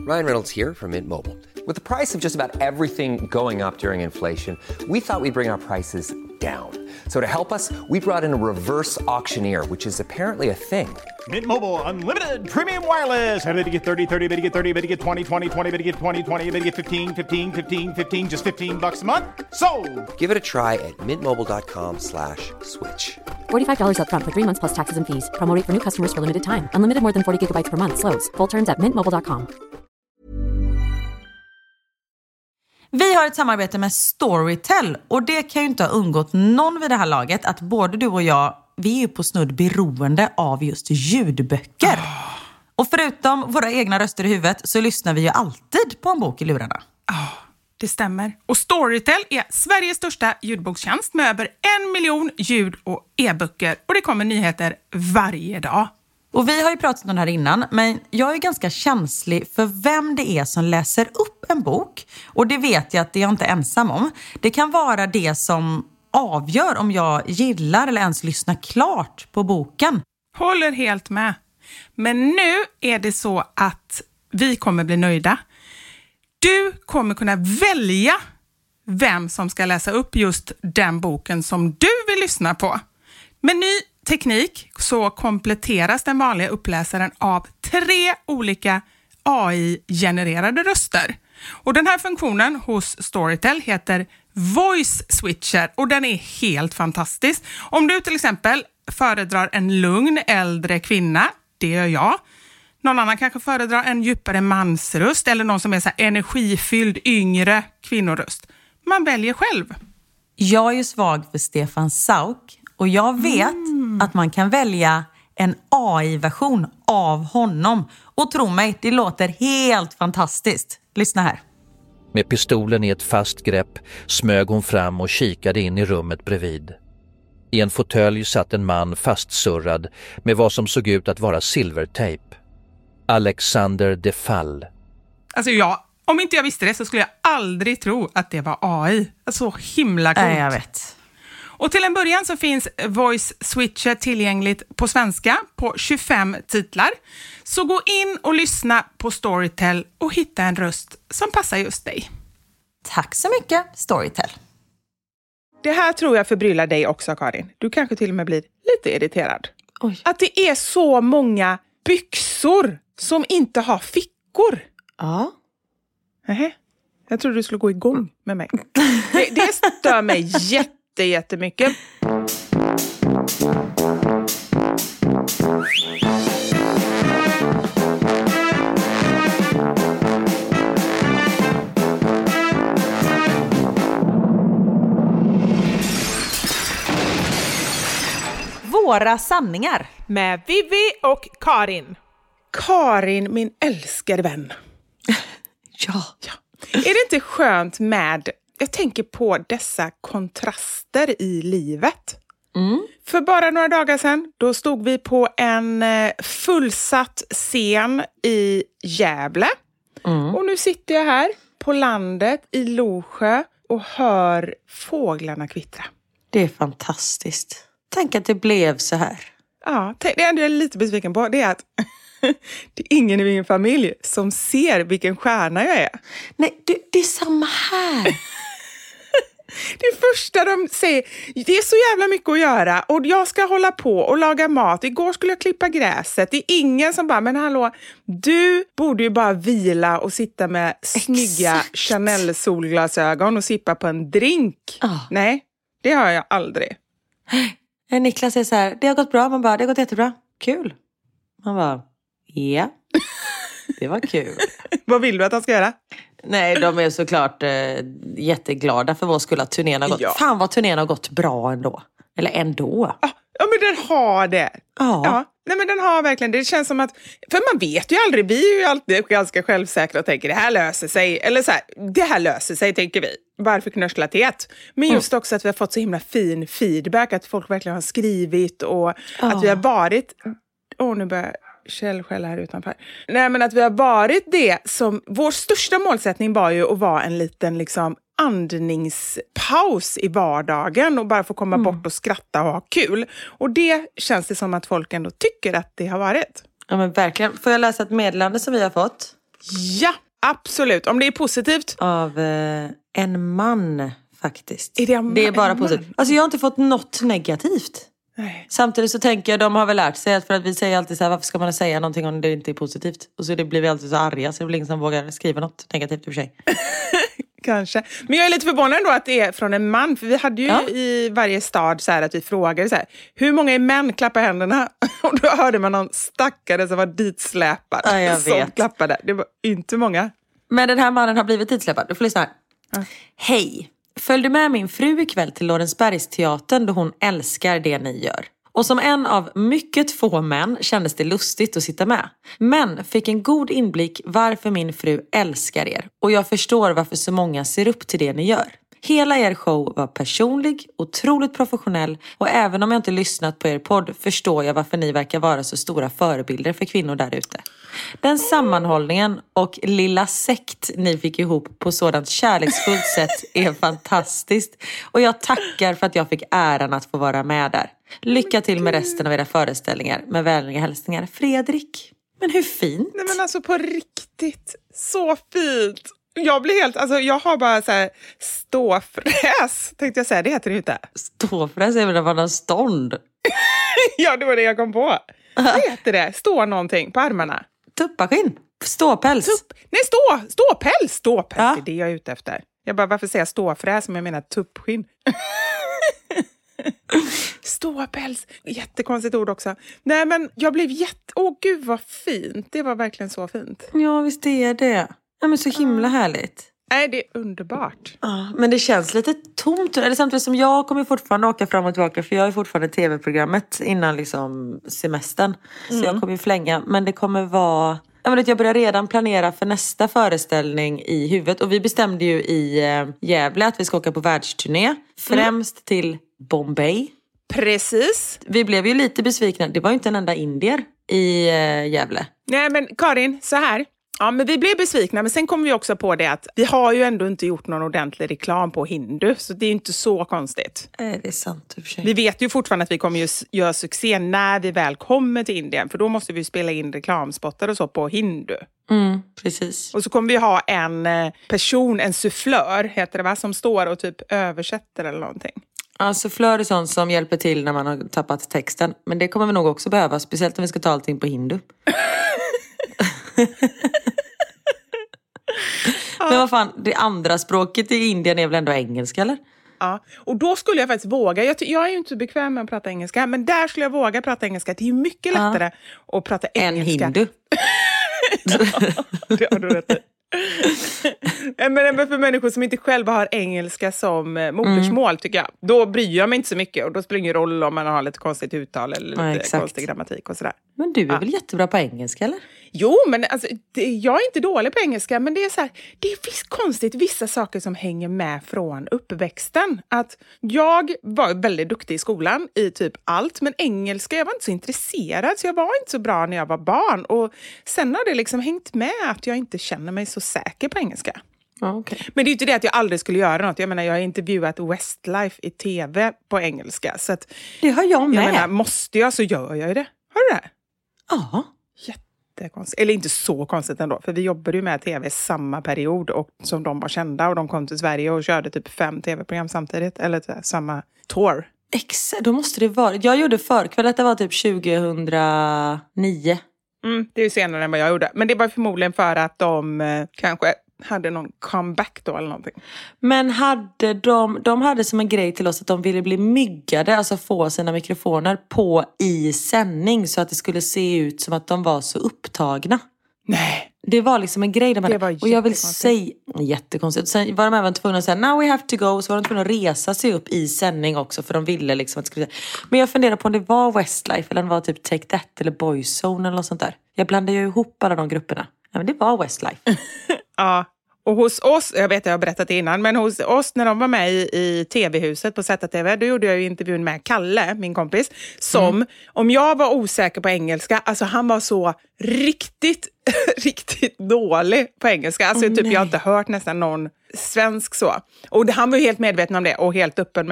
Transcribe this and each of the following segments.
Ryan Reynolds here from Mint Mobile. With the price of just about everything going up during inflation, we thought we'd bring our prices down. So to help us, we brought in a reverse auctioneer, which is apparently a thing. Mint Mobile Unlimited Premium Wireless. How to get 30, 30, bit to get 30, bit to get 20, 20, 20, bit to get 20, 20, bit to get 15, 15, 15, 15, just $15 a month? Sold! Give it a try at mintmobile.com/switch. $45 up front for 3 months plus taxes and fees. Promo rate for new customers for limited time. Unlimited more than 40 gigabytes per month. Slows full terms at mintmobile.com. Vi har ett samarbete med Storytel och det kan ju inte ha undgått någon vid det här laget att både du och jag, vi är ju på snudd beroende av just ljudböcker. Och förutom våra egna röster i huvudet så lyssnar vi ju alltid på en bok i lurarna. Det stämmer. Och Storytel är Sveriges största ljudbokstjänst med över 1 miljon ljud- och e-böcker. Och det kommer nyheter varje dag. Och vi har ju pratat om det här innan, men jag är ganska känslig för vem det är som läser upp en bok. Och det vet jag att det är jag inte ensam om. Det kan vara det som avgör om jag gillar eller ens lyssnar klart på boken. Håller helt med. Men nu är det så att vi kommer bli nöjda. Du kommer kunna välja vem som ska läsa upp just den boken som du vill lyssna på. Med ny teknik så kompletteras den vanliga uppläsaren av 3 olika AI-genererade röster. Och den här funktionen hos Storytel heter Voice Switcher och den är helt fantastisk. Om du till exempel föredrar en lugn äldre kvinna, det gör jag. Någon annan kanske föredrar en djupare mansröst eller någon som är så här energifylld yngre kvinnoröst. Man väljer själv. Jag är ju svag för Stefan Sauk och jag vet att man kan välja en AI-version av honom. Och tro mig, det låter helt fantastiskt. Lyssna här. Med pistolen i ett fast grepp smög hon fram och kikade in i rummet bredvid. I en fåtölj satt en man fastsurrad med vad som såg ut att vara silvertejp. Alexander de Fall. Alltså om inte jag visste det så skulle jag aldrig tro att det var AI. Så himla coolt. Nej, jag vet. Och till en början så finns Voice Switcher tillgängligt på svenska på 25 titlar. Så gå in och lyssna på Storytel och hitta en röst som passar just dig. Tack så mycket, Storytel. Det här tror jag förbryllar dig också, Karin. Du kanske till och med blir lite irriterad. Oj. Att det är så många byxor som inte har fickor. Ja. Nej, jag trodde du skulle gå igång med mig. Det stör mig jättemycket. Våra sanningar. Med Vivi och Karin. Karin, min älskade vän. Ja. Är det inte skönt med... Jag tänker på dessa kontraster i livet. För bara några dagar sedan, då stod vi på en fullsatt scen i Gävle. Och nu sitter jag här på landet i Losjö och hör fåglarna kvittra. Det är fantastiskt. Tänk att det blev så här. Ja, det enda jag är lite besviken på det är att det är ingen i min familj som ser vilken stjärna jag är. Nej, det är samma här. Det första de säger, det är så jävla mycket att göra och jag ska hålla på och laga mat. Igår skulle jag klippa gräset. Det är ingen som bara, men hallå, du borde ju bara vila och sitta med snygga Chanel-solglasögon och sippa på en drink. Nej, det har jag aldrig. Niklas är så här, det har gått bra. Man bara, det har gått jättebra. Kul. Man bara, ja. Det var kul. Vad vill du att han ska göra? Nej, de är såklart jätteglada för vår skull att turnén har gått. Ja. Fan vad turnén har gått bra ändå. Eller ändå. Ja, men den har det. Ja. Nej, men den har verkligen, det känns som att, för man vet ju aldrig, vi är ju alltid ganska självsäkra och tänker det här löser sig, eller så här, det här löser sig tänker vi. Varför knörslathet? Men just också att vi har fått så himla fin feedback, att folk verkligen har skrivit och att vi har varit, nu börjar källskäll här utanför. Nej, men att vi har varit det som, vår största målsättning var ju att vara en liten liksom andningspaus i vardagen och bara få komma bort och skratta och ha kul. Och det känns det som att folk ändå tycker att det har varit. Ja, men verkligen. Får jag läsa ett meddelande som vi har fått? Ja, absolut. Om det är positivt. Av en man faktiskt. Är det är bara positivt. Alltså jag har inte fått något negativt. Nej. Samtidigt så tänker jag, de har väl lärt sig att för att vi säger alltid så här, varför ska man säga någonting om det inte är positivt? Och så det blir vi alltid så arga så det blir ingen som vågar skriva något negativt i och för sig. Kanske. Men jag är lite förvånad ändå att det är från en man. För vi hade ju i varje stad så här att vi frågade så här, hur många är män? Klappa händerna. Och då hörde man någon stackare som var ditsläpad. Ja, jag som vet. klappade. Det var inte många. Men den här mannen har blivit ditsläpad. Du får lyssna här. Ja. Hej! Följde med min fru ikväll till Lorensbergsteatern då hon älskar det ni gör. Och som en av mycket få män kändes det lustigt att sitta med. Men fick en god inblick varför min fru älskar er. Och jag förstår varför så många ser upp till det ni gör. Hela er show var personlig, otroligt professionell och även om jag inte lyssnat på er podd förstår jag varför ni verkar vara så stora förebilder för kvinnor där ute. Den sammanhållningen och lilla sekt ni fick ihop på sådant kärleksfullt sätt är fantastiskt och jag tackar för att jag fick äran att få vara med där. Lycka till med resten av era föreställningar. Med vänliga hälsningar, Fredrik. Men hur fint? Nej men alltså på riktigt, så fint. Jag blir helt, alltså jag har bara så här ståfräs, tänkte jag säga, det heter det inte. Ståfräs är väl när man har stånd? Ja, det var det jag kom på. Vad heter det? Stå någonting på armarna. Tuppaskinn. Ståpäls. Nej, ståpäls. Ståpäls, Ja. det är det jag är ute efter. Jag bara, varför säger jag ståfräs om jag menar tuppskinn? Ståpäls. Jättekonstigt ord också. Nej, men jag blev gud vad fint. Det var verkligen så fint. Ja, visst är det. Ja, men så himla härligt. Nej, det är underbart. Ja, men det känns lite tomt. Eller samtidigt som jag kommer fortfarande åka fram och tillbaka. För jag är fortfarande tv-programmet innan liksom semestern. Så jag kommer ju flänga. Men det kommer vara... Jag börjar redan planera för nästa föreställning i huvudet. Och vi bestämde ju i Gävle att vi ska åka på världsturné. Främst till Bombay. Precis. Vi blev ju lite besvikna. Det var ju inte en enda indier i Gävle. Nej, men Karin, så här. Ja, men vi blev besvikna, men sen kom vi också på det att vi har ju ändå inte gjort någon ordentlig reklam på Hindu, så det är ju inte så konstigt. Det är sant i och för sig. Vi vet ju fortfarande att vi kommer ju göra succé när vi väl kommer till Indien, för då måste vi spela in reklamspottar och så på Hindu. Precis. Och så kommer vi ha en person, en sufflör heter det va, som står och typ översätter eller någonting. Alltså flör är sånt som hjälper till när man har tappat texten. Men det kommer vi nog också behöva, speciellt om vi ska ta allting på hindu. Men vad fan, det andra språket i Indien är väl ändå engelska, eller? Ja, och då skulle jag faktiskt våga. Jag är ju inte så bekväm med att prata engelska, men där skulle jag våga prata engelska. Det är ju mycket lättare att prata engelska. En hindu. Det har du rätt i. Men för människor som inte själva har engelska som modersmål tycker jag, då bryr jag mig inte så mycket och då spelar det ingen roll om man har lite konstigt uttal eller lite konstig grammatik och sådär. Men du är väl jättebra på engelska, eller? Jo, men alltså, jag är inte dålig på engelska, men det är så här, det är visst konstigt vissa saker som hänger med från uppväxten. Att jag var väldigt duktig i skolan i typ allt, men engelska, jag var inte så intresserad, så jag var inte så bra när jag var barn. Och sen har det liksom hängt med att jag inte känner mig så säker på engelska. Okay. Men det är ju inte det att jag aldrig skulle göra något. Jag menar, jag har intervjuat Westlife i tv på engelska. Så att, det har jag med. Jag menar, måste jag så gör jag ju det. Har du det? Ja. Jättekonstigt. Eller inte så konstigt ändå. För vi jobbade ju med tv samma period och som de var kända. Och de kom till Sverige och körde typ 5 tv-program samtidigt. Eller samma tour. Exakt, då måste det vara. Jag gjorde förkväll, det var typ 2009. Det är ju senare än vad jag gjorde. Men det var förmodligen för att de kanske hade någon comeback då eller någonting. Men hade de hade som en grej till oss att de ville bli myggade, alltså få sina mikrofoner på i sändning så att det skulle se ut som att de var så upptagna. Nej. Det var liksom en grej de hade. Det var och jag vill säga, jättekonstigt. Sen var de även tvungna att säga, now we have to go. Så var de tvungna att resa sig upp i sändning också. För de ville liksom att det skulle säga. Men jag funderar på om det var Westlife eller om det var typ Take That eller Boyzone eller något sånt där. Jag blandade ju ihop alla de grupperna. Ja, men det var Westlife. Ja. Och hos oss, jag vet att jag har berättat det innan, men hos oss när de var med i tv-huset på ZTV, då gjorde jag ju intervjun med Kalle, min kompis, som, om jag var osäker på engelska, alltså han var så riktigt dålig på engelska. Alltså typ jag har inte hört nästan någon svensk så. Och han var ju helt medveten om det och helt öppen med det.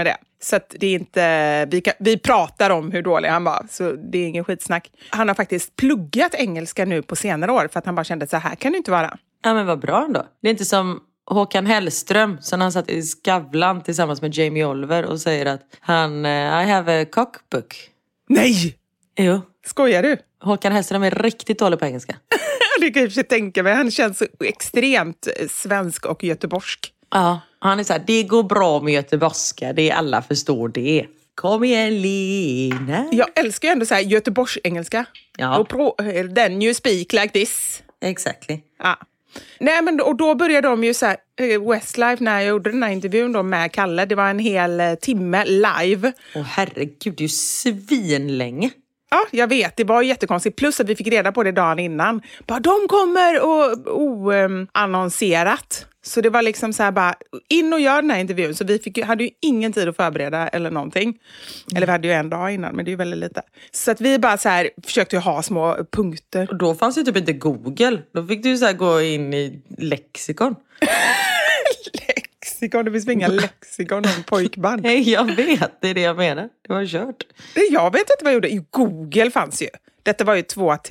Så att det är inte, vi pratar om hur dålig han var, så det är ingen skitsnack. Han har faktiskt pluggat engelska nu på senare år för att han bara kände att så här kan det inte vara. Ja, men vad bra ändå. Det är inte som Håkan Hellström som han satt i Skavlan tillsammans med Jamie Oliver och säger att han, I have a cookbook. Nej! Jo. Skojar du? Håkan Hellström är riktigt dålig på engelska. Det kan jag tänka mig. Han känns så extremt svensk och göteborgsk. Ja, han är så här, det går bra med göteborgska, det alla förstår det. Kom igen, Lina. Jag älskar ju ändå så här göteborgsengelska. Ja. Then you speak like this. Exactly. Ja. Nej, men och då började de ju så här, Westlife, när jag gjorde den här intervjun då med Kalle, det var en hel timme live. Åh herregud, det är ju svinlänge. Ja, jag vet. Det var jättekonstigt. Plus att vi fick reda på det dagen innan. Bara, de kommer annonserat. Så det var liksom så här bara, in och gör den här intervjun. Så vi hade ju ingen tid att förbereda eller någonting. Eller vi hade ju en dag innan, men det är ju väldigt lite. Så att vi bara så här försökte ha små punkter. Och då fanns ju typ inte Google. Då fick du ju så här gå in i lexikon. Lexikon? Det finns inga lexikon om pojkband. Nej, jag vet. Det är det jag menar. Det var kört. Jag vet inte vad jag gjorde. Google fanns ju. Detta var ju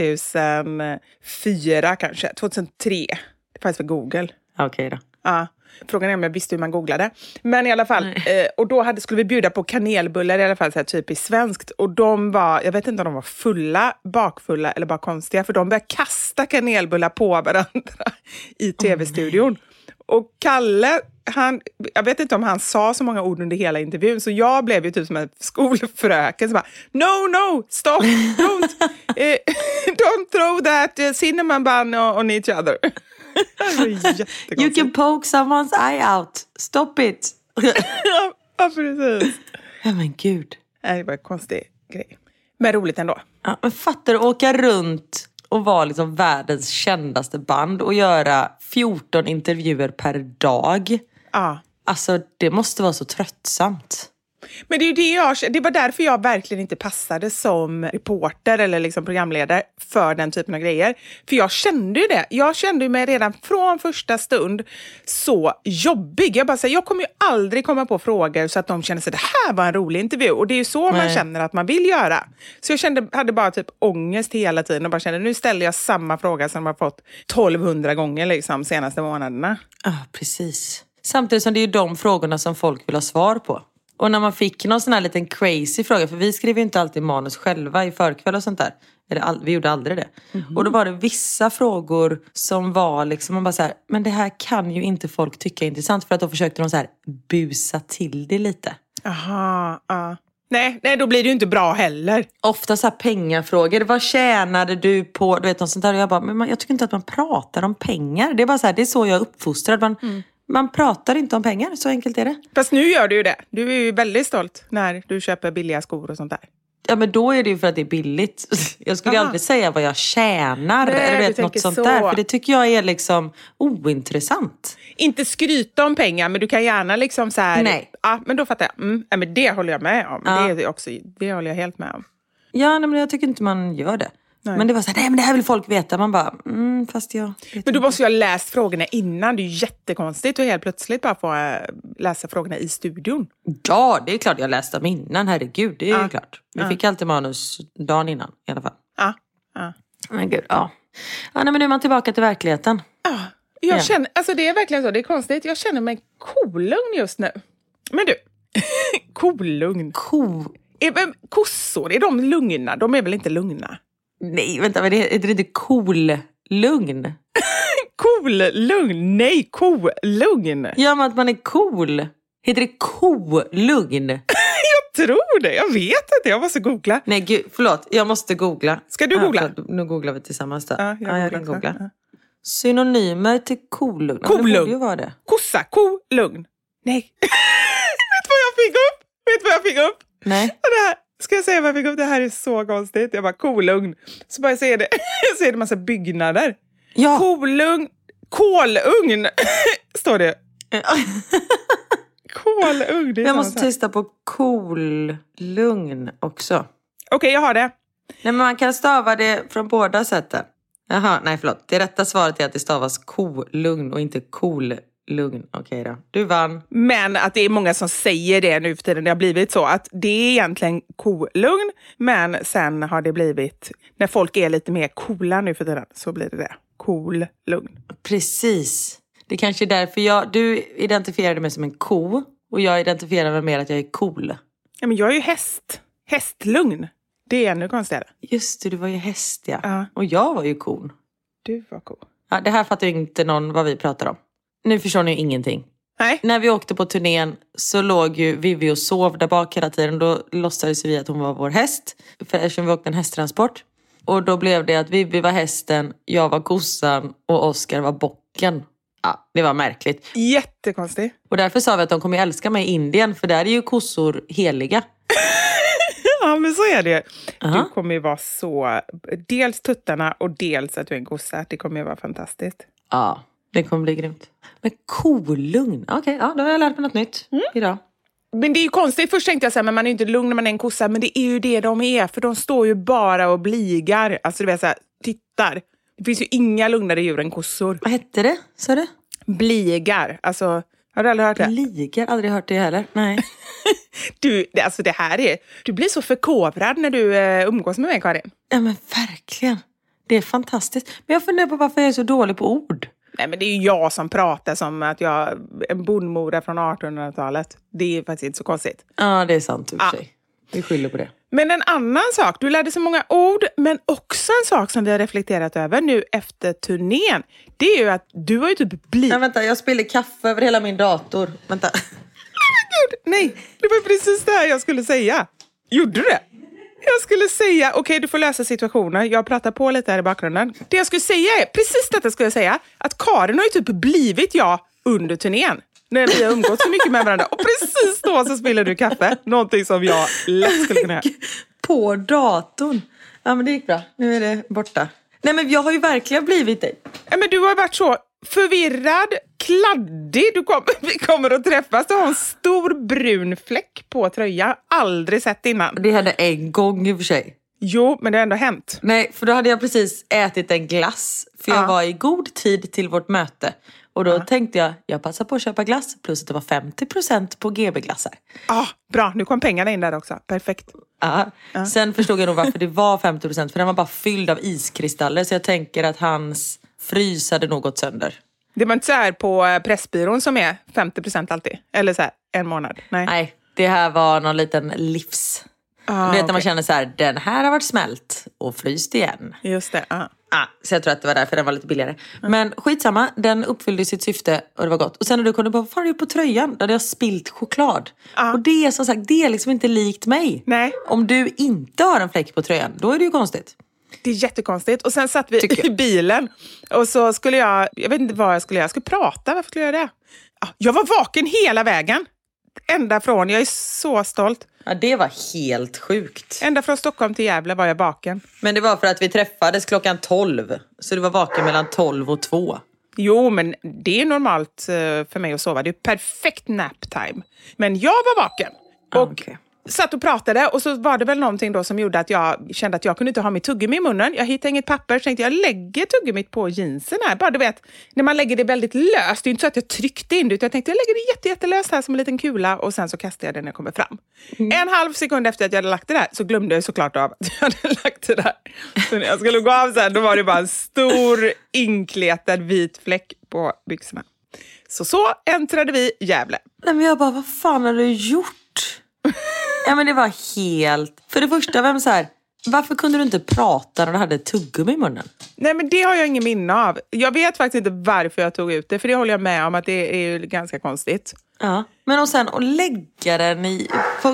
2004 kanske. 2003. Det fanns för Google. Okej då. Ja. Frågan är om jag visste hur man googlade. Men i alla fall. Och då skulle vi bjuda på kanelbullar i alla fall. Så här typiskt svenskt. Och de var, jag vet inte om de var fulla, bakfulla eller bara konstiga. För de började kasta kanelbullar på varandra i tv-studion. Och Kalle, jag vet inte om han sa så många ord under hela intervjun. Så jag blev ju typ som en skolfröken. Så bara, no, stop, don't throw that cinnamon bun on each other. You can poke someone's eye out. Stop it. Ja, precis. Ja, men gud. Det var en konstig grej. Men roligt ändå. Ja, men fattar du, åka runt och vara liksom världens kändaste band och göra 14 intervjuer per dag. Ja. Alltså, det måste vara så tröttsamt. Men det är ju det var därför jag verkligen inte passade som reporter eller liksom programledare för den typen av grejer. För jag kände ju det. Jag kände mig redan från första stund så jobbig. Jag bara säger, jag kommer ju aldrig komma på frågor så att de känner sig, det här var en rolig intervju. Och det är ju så man känner att man vill göra. Så jag hade bara typ ångest hela tiden och bara kände, nu ställer jag samma fråga som jag har fått 1200 gånger liksom senaste månaderna. Ja, precis. Samtidigt som det är ju de frågorna som folk vill ha svar på. Och när man fick någon sån här liten crazy fråga, för vi skrev ju inte alltid manus själva i förkväll och sånt där. Vi gjorde aldrig det. Mm-hmm. Och då var det vissa frågor som var liksom, man bara så här, men det här kan ju inte folk tycka är intressant, för att då försökte de så här busa till det lite. Aha, ja. Nej, då blir det ju inte bra heller. Ofta så här pengafrågor. Vad tjänade du på? Du vet, något sånt där. Och jag bara, men jag tycker inte att man pratar om pengar. Det är bara så här, det är så jag är uppfostrad. Man pratar inte om pengar, så enkelt är det. Fast nu gör du ju det. Du är ju väldigt stolt när du köper billiga skor och sånt där. Ja, men då är det ju för att det är billigt. Jag skulle ju aldrig säga vad jag tjänar. Nej, eller vet, något sånt så. Där. För det tycker jag är liksom ointressant. Inte skryta om pengar, men du kan gärna liksom så här. Nej. Ja, men då fattar jag. Ja, men det håller jag med om. Ja. Det håller jag helt med om. Ja, nej, men jag tycker inte man gör det. Nej. Men det var så här, nej men det här vill folk veta. Man bara, fast jag vet Men du måste ju ha läst frågorna innan. Det är ju jättekonstigt att helt plötsligt bara få läsa frågorna i studion. Ja, det är klart jag läste dem innan. Herregud, det är ju klart. Vi fick alltid manus dagen innan i alla fall. Ja. Men gud, ja. Ja, nej, men nu är man tillbaka till verkligheten. Ja, jag känner, alltså det är verkligen så, det är konstigt. Jag känner mig kolugn just nu. Men du, kolugn. Kossor, är de lugna? De är väl inte lugna? Nej, vänta, men är det inte cool-lugn? Cool-lugn? Nej, kolugn. Ja, men att man är cool. Heter det kolugn? Jag tror det, jag vet inte, jag måste googla. Nej, gud, förlåt, jag måste googla. Ska du googla? Nu googlar vi tillsammans då. Ja, jag kan googla. Ja. Synonymer till kolugn. Kolugn. Det borde ju vara det. Kossa, kolugn. Nej. Vet vad jag fick upp? Nej. Det här. Ska jag säga vad jag fick upp? Det här är så konstigt. Jag bara, kolugn. Så bara ser det en massa byggnader. Ja. Kolugn. Står det. Kolugn. Jag måste testa på kolugn också. Okej, jag har det. Nej, men man kan stava det från båda sätten. Jaha, nej förlåt. Det rätta svaret är att det stavas kolugn och inte kolugn. lugn. Okej då. Du vann. Men att det är många som säger det nu för tiden. Det har blivit så att det är egentligen kolugn. Men sen har det blivit, när folk är lite mer coola nu för tiden, så blir det cool lugn. Precis. Det kanske är därför du identifierade mig som en ko. Och jag identifierar mig mer att jag är cool. Ja, men jag är ju häst. Hästlugn. Det är ännu konstigare. Just det, du var ju häst, ja. Ja. Och jag var ju kon. Du var cool. Ja, det här fattar ju inte någon vad vi pratar om. Nu förstår ni ju ingenting. Nej. När vi åkte på turnén så låg ju Vivi och sov där bak hela tiden. Då låtsades vi att hon var vår häst. För eftersom vi åkte en hästtransport. Och då blev det att Vivi var hästen, jag var kossan och Oscar var bocken. Ja, det var märkligt. Jättekonstigt. Och därför sa vi att de kommer älska mig i Indien. För där är ju kossor heliga. Ja, men så är det. Uh-huh. Du kommer ju vara så... Dels tuttarna och dels att du är en kossa. Det kommer ju vara fantastiskt. Ja, det kommer bli grymt. Men kolugn. Okej, ja, då har jag lärt mig något nytt idag. Men det är ju konstigt. Först tänkte jag så här, men man är ju inte lugn när man är en kossa. Men det är ju det de är. För de står ju bara och bligar. Alltså det vill säga, tittar. Det finns ju inga lugnare djur än kossor. Vad hette det? Sa du? Bligar. Alltså, har du aldrig hört det? Bligar? Aldrig hört det heller. Nej. Alltså det här är... Du blir så förkovrad när du umgås med mig, Karin. Ja, men verkligen. Det är fantastiskt. Men jag funderar på varför jag är så dålig på ord. Nej, men det är ju jag som pratar som att jag är en bondmora från 1800-talet. Det är faktiskt inte så konstigt. Ja, det är sant i och för sig. Vi skyller på det. Men en annan sak, du lärde så många ord, men också en sak som vi har reflekterat över nu efter turnén. Det är ju att du har ju typ blivit... Nej, vänta, jag spiller kaffe över hela min dator. Vänta. Nej, det var precis det här jag skulle säga. Gjorde du det? Jag skulle säga, okej, du får lösa situationen. Jag pratar på lite här i bakgrunden. Det jag skulle säga är, precis detta skulle jag säga, att Karin har ju typ blivit jag under turnén. När vi har umgått så mycket med varandra. Och precis då så spiller du kaffe. Någonting som jag lätt skulle kunna göra. På datorn. Ja, men det gick bra. Nu är det borta. Nej, men jag har ju verkligen blivit dig. Ja, men du har varit så förvirrad, kladdig. Vi kommer att träffas. Du har en stor brun fläck på tröjan. Aldrig sett innan. Det hände en gång i och för sig. Jo, men det har ändå hänt. Nej, för då hade jag precis ätit en glass. För jag var i god tid till vårt möte. Och då tänkte jag passar på att köpa glass. Plus att det var 50% på GB-glassar. Bra, nu kom pengarna in där också. Perfekt. Sen förstod jag nog varför det var 50%. För den var bara fylld av iskristaller. Så jag tänker att hans frys hade nog gått sönder. Det var inte så här på Pressbyrån som är 50% alltid. Eller så här, en månad. Nej, det här var någon liten livs. Du vet när man känner så här, den här har varit smält och fryst igen. Just det, så jag tror att det var därför den var lite billigare. Men skitsamma, den uppfyllde sitt syfte och det var gott. Och sen när du kunde bara, vad fan är det på tröjan? Där hade jag spilt choklad. Och det är som sagt, det är liksom inte likt mig. Nej. Om du inte har en fläck på tröjan, då är det ju konstigt. Det är jättekonstigt. Och sen satt vi i bilen. Och så skulle jag vet inte vad jag skulle göra. Jag skulle prata, varför skulle jag göra det? Jag var vaken hela vägen. Ända från, jag är så stolt. Ja, det var helt sjukt. Ända från Stockholm till Gävle var jag vaken. Men det var för att vi träffades klockan 12. Så du var vaken mellan 12 och 2. Jo, men det är normalt för mig att sova. Det är perfekt nap time. Men jag var vaken. Och satt och pratade. Och så var det väl någonting då som gjorde att jag kände att jag kunde inte ha mitt tuggummi i munnen. Jag hittade inget papper. Så tänkte jag lägger tuggummit på jeansen här. Bara du vet, när man lägger det väldigt löst. Det är inte så att jag tryckte in det. Utan jag tänkte jag lägger det jättelöst här som en liten kula. Och sen så kastade jag det när jag kommer fram. En halv sekund efter att jag hade lagt det där. Så glömde jag såklart av att jag hade lagt det där. Så när jag skulle gå av sen. Då var det bara en stor inkletad vit fläck på byxorna. Så äntrade vi Gävle. Nej, men jag bara, vad fan har du gjort? Ja, men det var helt... För det första, vem så här, varför kunde du inte prata när du hade tuggummi i munnen? Nej, men det har jag ingen minne av. Jag vet faktiskt inte varför jag tog ut det. För det håller jag med om att det är ju ganska konstigt. Ja, men och sen att lägga den på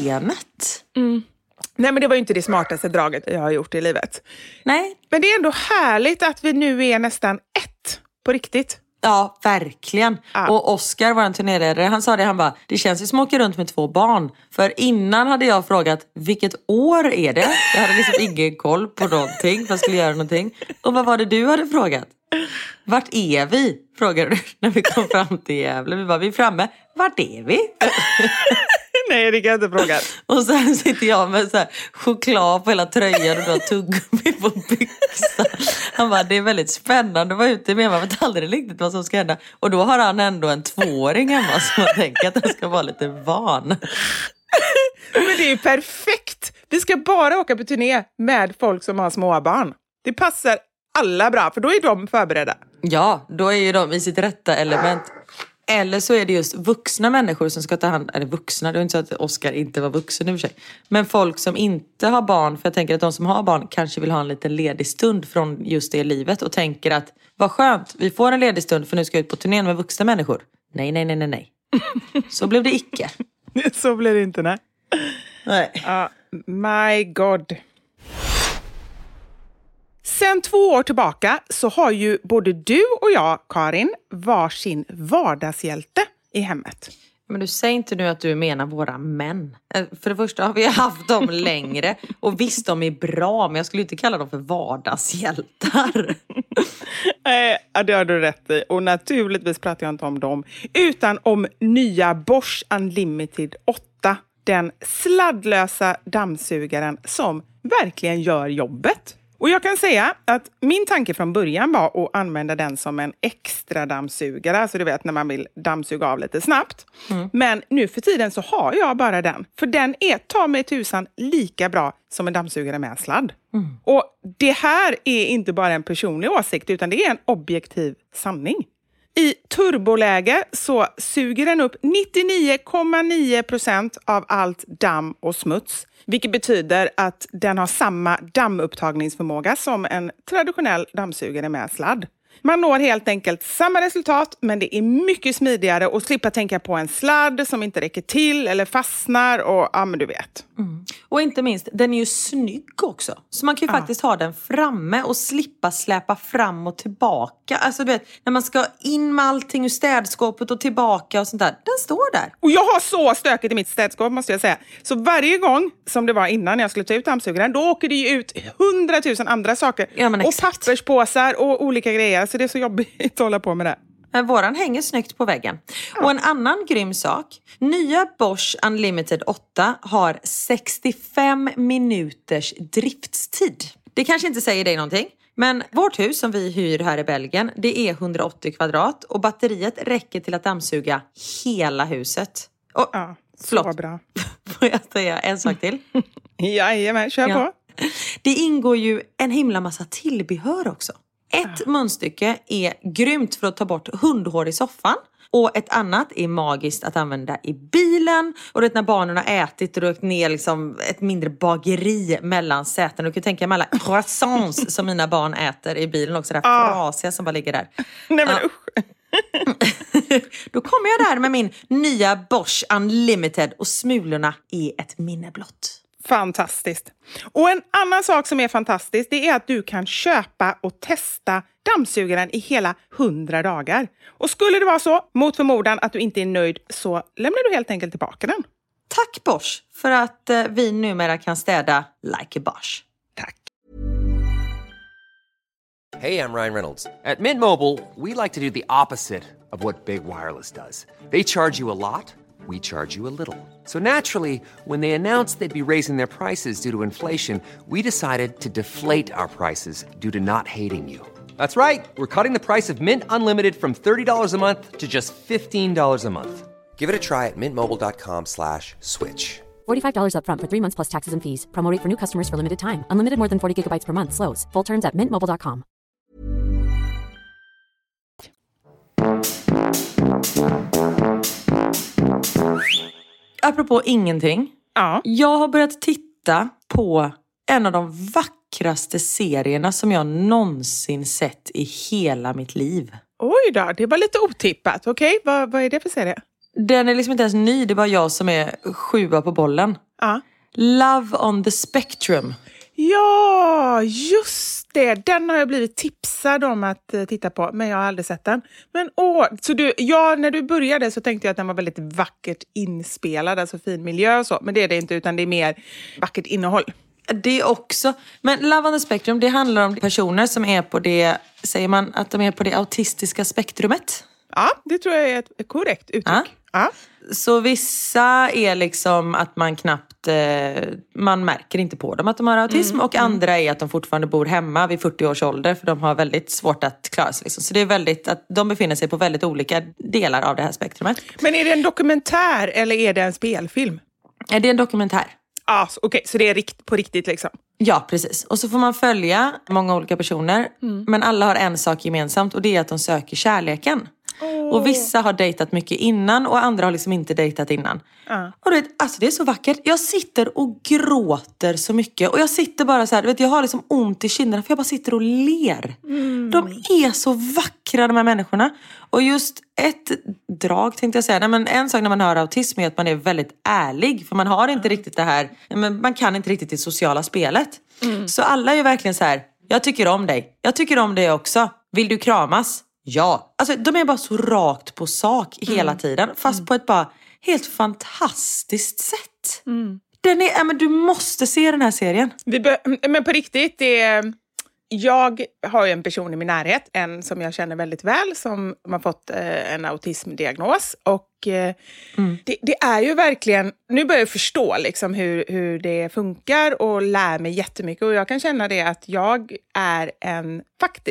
benet. Nej, men det var ju inte det smartaste draget jag har gjort i livet. Nej. Men det är ändå härligt att vi nu är nästan ett på riktigt. Ja, verkligen. Ja. Och Oscar, vår turnéledare, han sa det, han bara, det känns ju som att åka runt med 2 barn. För innan hade jag frågat, vilket år är det? Jag hade liksom ingen koll på någonting, för jag skulle göra någonting. Och vad var det du hade frågat? Vart är vi? Frågade du när vi kom fram till Gävle. Vi är framme. Vart är vi? Nej, det kan jag inte fråga. Och sen sitter jag med så här choklad på hela tröjan och du har tuggummi på byxan. Han bara, det är väldigt spännande att vara ute med. Man vet aldrig riktigt vad som ska hända. Och då har han ändå en 2-åring hemma som jag tänker att han ska vara lite van. Men det är ju perfekt. Vi ska bara åka på turné med folk som har små barn. Det passar alla bra, för då är de förberedda. Ja, då är ju de i sitt rätta element. Eller så är det just vuxna människor som ska ta hand... Eller vuxna, det är inte så att Oscar inte var vuxen i och för sig. Men folk som inte har barn, för jag tänker att de som har barn kanske vill ha en liten ledig stund från just det livet. Och tänker att, vad skönt, vi får en ledig stund för nu ska jag ut på turnén med vuxna människor. Nej. Så blev det icke. Så blev det inte, nej. Nej. My God. Sen 2 år tillbaka så har ju både du och jag, Karin, varsin vardagshjälte i hemmet. Men du säger inte nu att du menar våra män. För det första har vi haft dem längre. Och visst, de är bra, men jag skulle inte kalla dem för vardagshjältar. Ja, det har du rätt i. Och naturligtvis pratar jag inte om dem, utan om nya Bosch Unlimited 8. Den sladdlösa dammsugaren som verkligen gör jobbet. Och jag kan säga att min tanke från början var att använda den som en extra dammsugare. Alltså du vet när man vill dammsuga av lite snabbt. Men nu för tiden så har jag bara den. För den är, ta mig tusan, lika bra som en dammsugare med sladd. Och det här är inte bara en personlig åsikt, utan det är en objektiv sanning. I turboläge så suger den upp 99,9% av allt damm och smuts. Vilket betyder att den har samma dammupptagningsförmåga som en traditionell dammsugare med sladd. Man når helt enkelt samma resultat, men det är mycket smidigare att slippa tänka på en sladd som inte räcker till eller fastnar och ja, men du vet. Och inte minst, den är ju snygg också. Så man kan ju faktiskt ha den framme och slippa släpa fram och tillbaka. Alltså du vet, när man ska in med allting ur städskåpet och tillbaka och sånt där. Den står där. Och jag har så stökigt i mitt städskåp måste jag säga. Så varje gång som det var innan jag skulle ta ut dammsugaren, då åker det ju ut 100 000 andra saker. Ja, men och exakt. papperspåsar och olika grejer. Så det är så jobbigt att hålla på med det. Våran hänger snyggt på väggen. Och en annan grym sak. Nya Bosch Unlimited 8 har 65 minuters driftstid. Det kanske inte säger dig någonting. Men vårt hus som vi hyr här i Belgien, det är 180 kvadrat. Och batteriet räcker till att dammsuga hela huset. Och, Ja, förlåt. så bra. Får jag säga en sak till? Jajamän, kör på. Det ingår ju en himla massa tillbehör också. Ett munstycke är grymt för att ta bort hundhår i soffan. Och ett annat är magiskt att använda i bilen. Och det när barnen har ätit och rökt ner liksom ett mindre bageri mellan säten. Du kan tänka mig alla croissants som mina barn äter i bilen också. Det här frasiga som bara ligger där. Nej men usch. Då kommer jag där med min nya Bosch Unlimited och smulorna är ett minne blott. Fantastiskt. Och en annan sak som är fantastiskt, det är att du kan köpa och testa dammsugaren i hela 100 dagar. Och skulle det vara så, mot förmodan att du inte är nöjd, så lämnar du helt enkelt tillbaka den. Tack Bosch för att vi numera kan städa like a Bosch. Tack. Hey, I'm Ryan Reynolds. At Mint Mobile, we like to do the opposite of what Big Wireless does. They charge you a lot, we charge you a little. So naturally, when they announced they'd be raising their prices due to inflation, we decided to deflate our prices due to not hating you. That's right. We're cutting the price of Mint Unlimited from $30 a month to just $15 a month. Give it a try at mintmobile.com/switch. $45 up front for 3 months plus taxes and fees. Promo rate for new customers for limited time. Unlimited more than 40 gigabytes per month. Slows full terms at mintmobile.com. Apropå ingenting. Ja. Jag har börjat titta på en av de vackraste serierna som jag någonsin sett i hela mitt liv. Oj då, det var lite otippat. Okej, vad är det för serie? Den är liksom inte ens ny, det är bara jag som är 7 på bollen. Ja. Love on the Spectrum. Ja, just det. Den har jag blivit tipsad om att titta på, men jag har aldrig sett den. Men så när du började så tänkte jag att den var väldigt vackert inspelad, alltså fin miljö och så. Men det är det inte, utan det är mer vackert innehåll. Det också. Men Love on the Spectrum, det handlar om personer som är på det, säger man att de är på det autistiska spektrumet? Ja, det tror jag är ett korrekt uttryck. Ja. Så vissa är liksom att man knappt, man märker inte på dem att de har autism. Och andra är att de fortfarande bor hemma vid 40 års ålder. För de har väldigt svårt att klara sig. Liksom. Så det är väldigt att de befinner sig på väldigt olika delar av det här spektrumet. Men är det en dokumentär eller är det en spelfilm? Det är en dokumentär. Ja, okej. Så det är på riktigt liksom? Ja, precis. Och så får man följa många olika personer. Men alla har en sak gemensamt och det är att de söker kärleken. Och vissa har dejtat mycket innan och andra har liksom inte dejtat innan. Och du vet, alltså det är så vackert. Jag sitter och gråter så mycket. Och jag sitter bara så här, du vet, jag har liksom ont i kinderna för jag bara sitter och ler. De är så vackra de här människorna. Och just ett drag tänkte jag säga. Nej, men en sak när man hör autism är att man är väldigt ärlig. För man har inte riktigt det här, man kan inte riktigt det sociala spelet. Så alla är verkligen så här, jag tycker om dig. Jag tycker om dig också. Vill du kramas? Ja, alltså de är bara så rakt på sak hela tiden. Fast på ett bara helt fantastiskt sätt. Den är, men du måste se den här serien. Men på riktigt, jag har ju en person i min närhet, en som jag känner väldigt väl, som har fått en autismdiagnos. Och det är ju verkligen, nu börjar jag förstå liksom hur det funkar och lär mig jättemycket. Och jag kan känna det att jag har en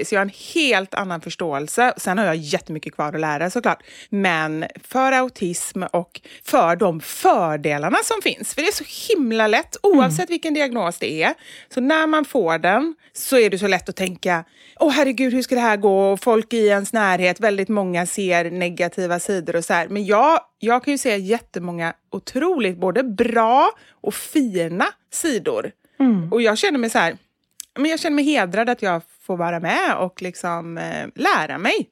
helt annan förståelse. Sen har jag jättemycket kvar att lära såklart. Men för autism och för de fördelarna som finns. För det är så himla lätt, oavsett vilken diagnos det är. Så när man får den så är det så lätt att tänka, herregud, hur ska det här gå? Och folk i ens närhet, väldigt många ser negativa sidor och så här. Men jag kan ju se jättemånga otroligt både bra och fina sidor. Och jag känner mig så här, men jag känner mig hedrad att jag får vara med och liksom lära mig.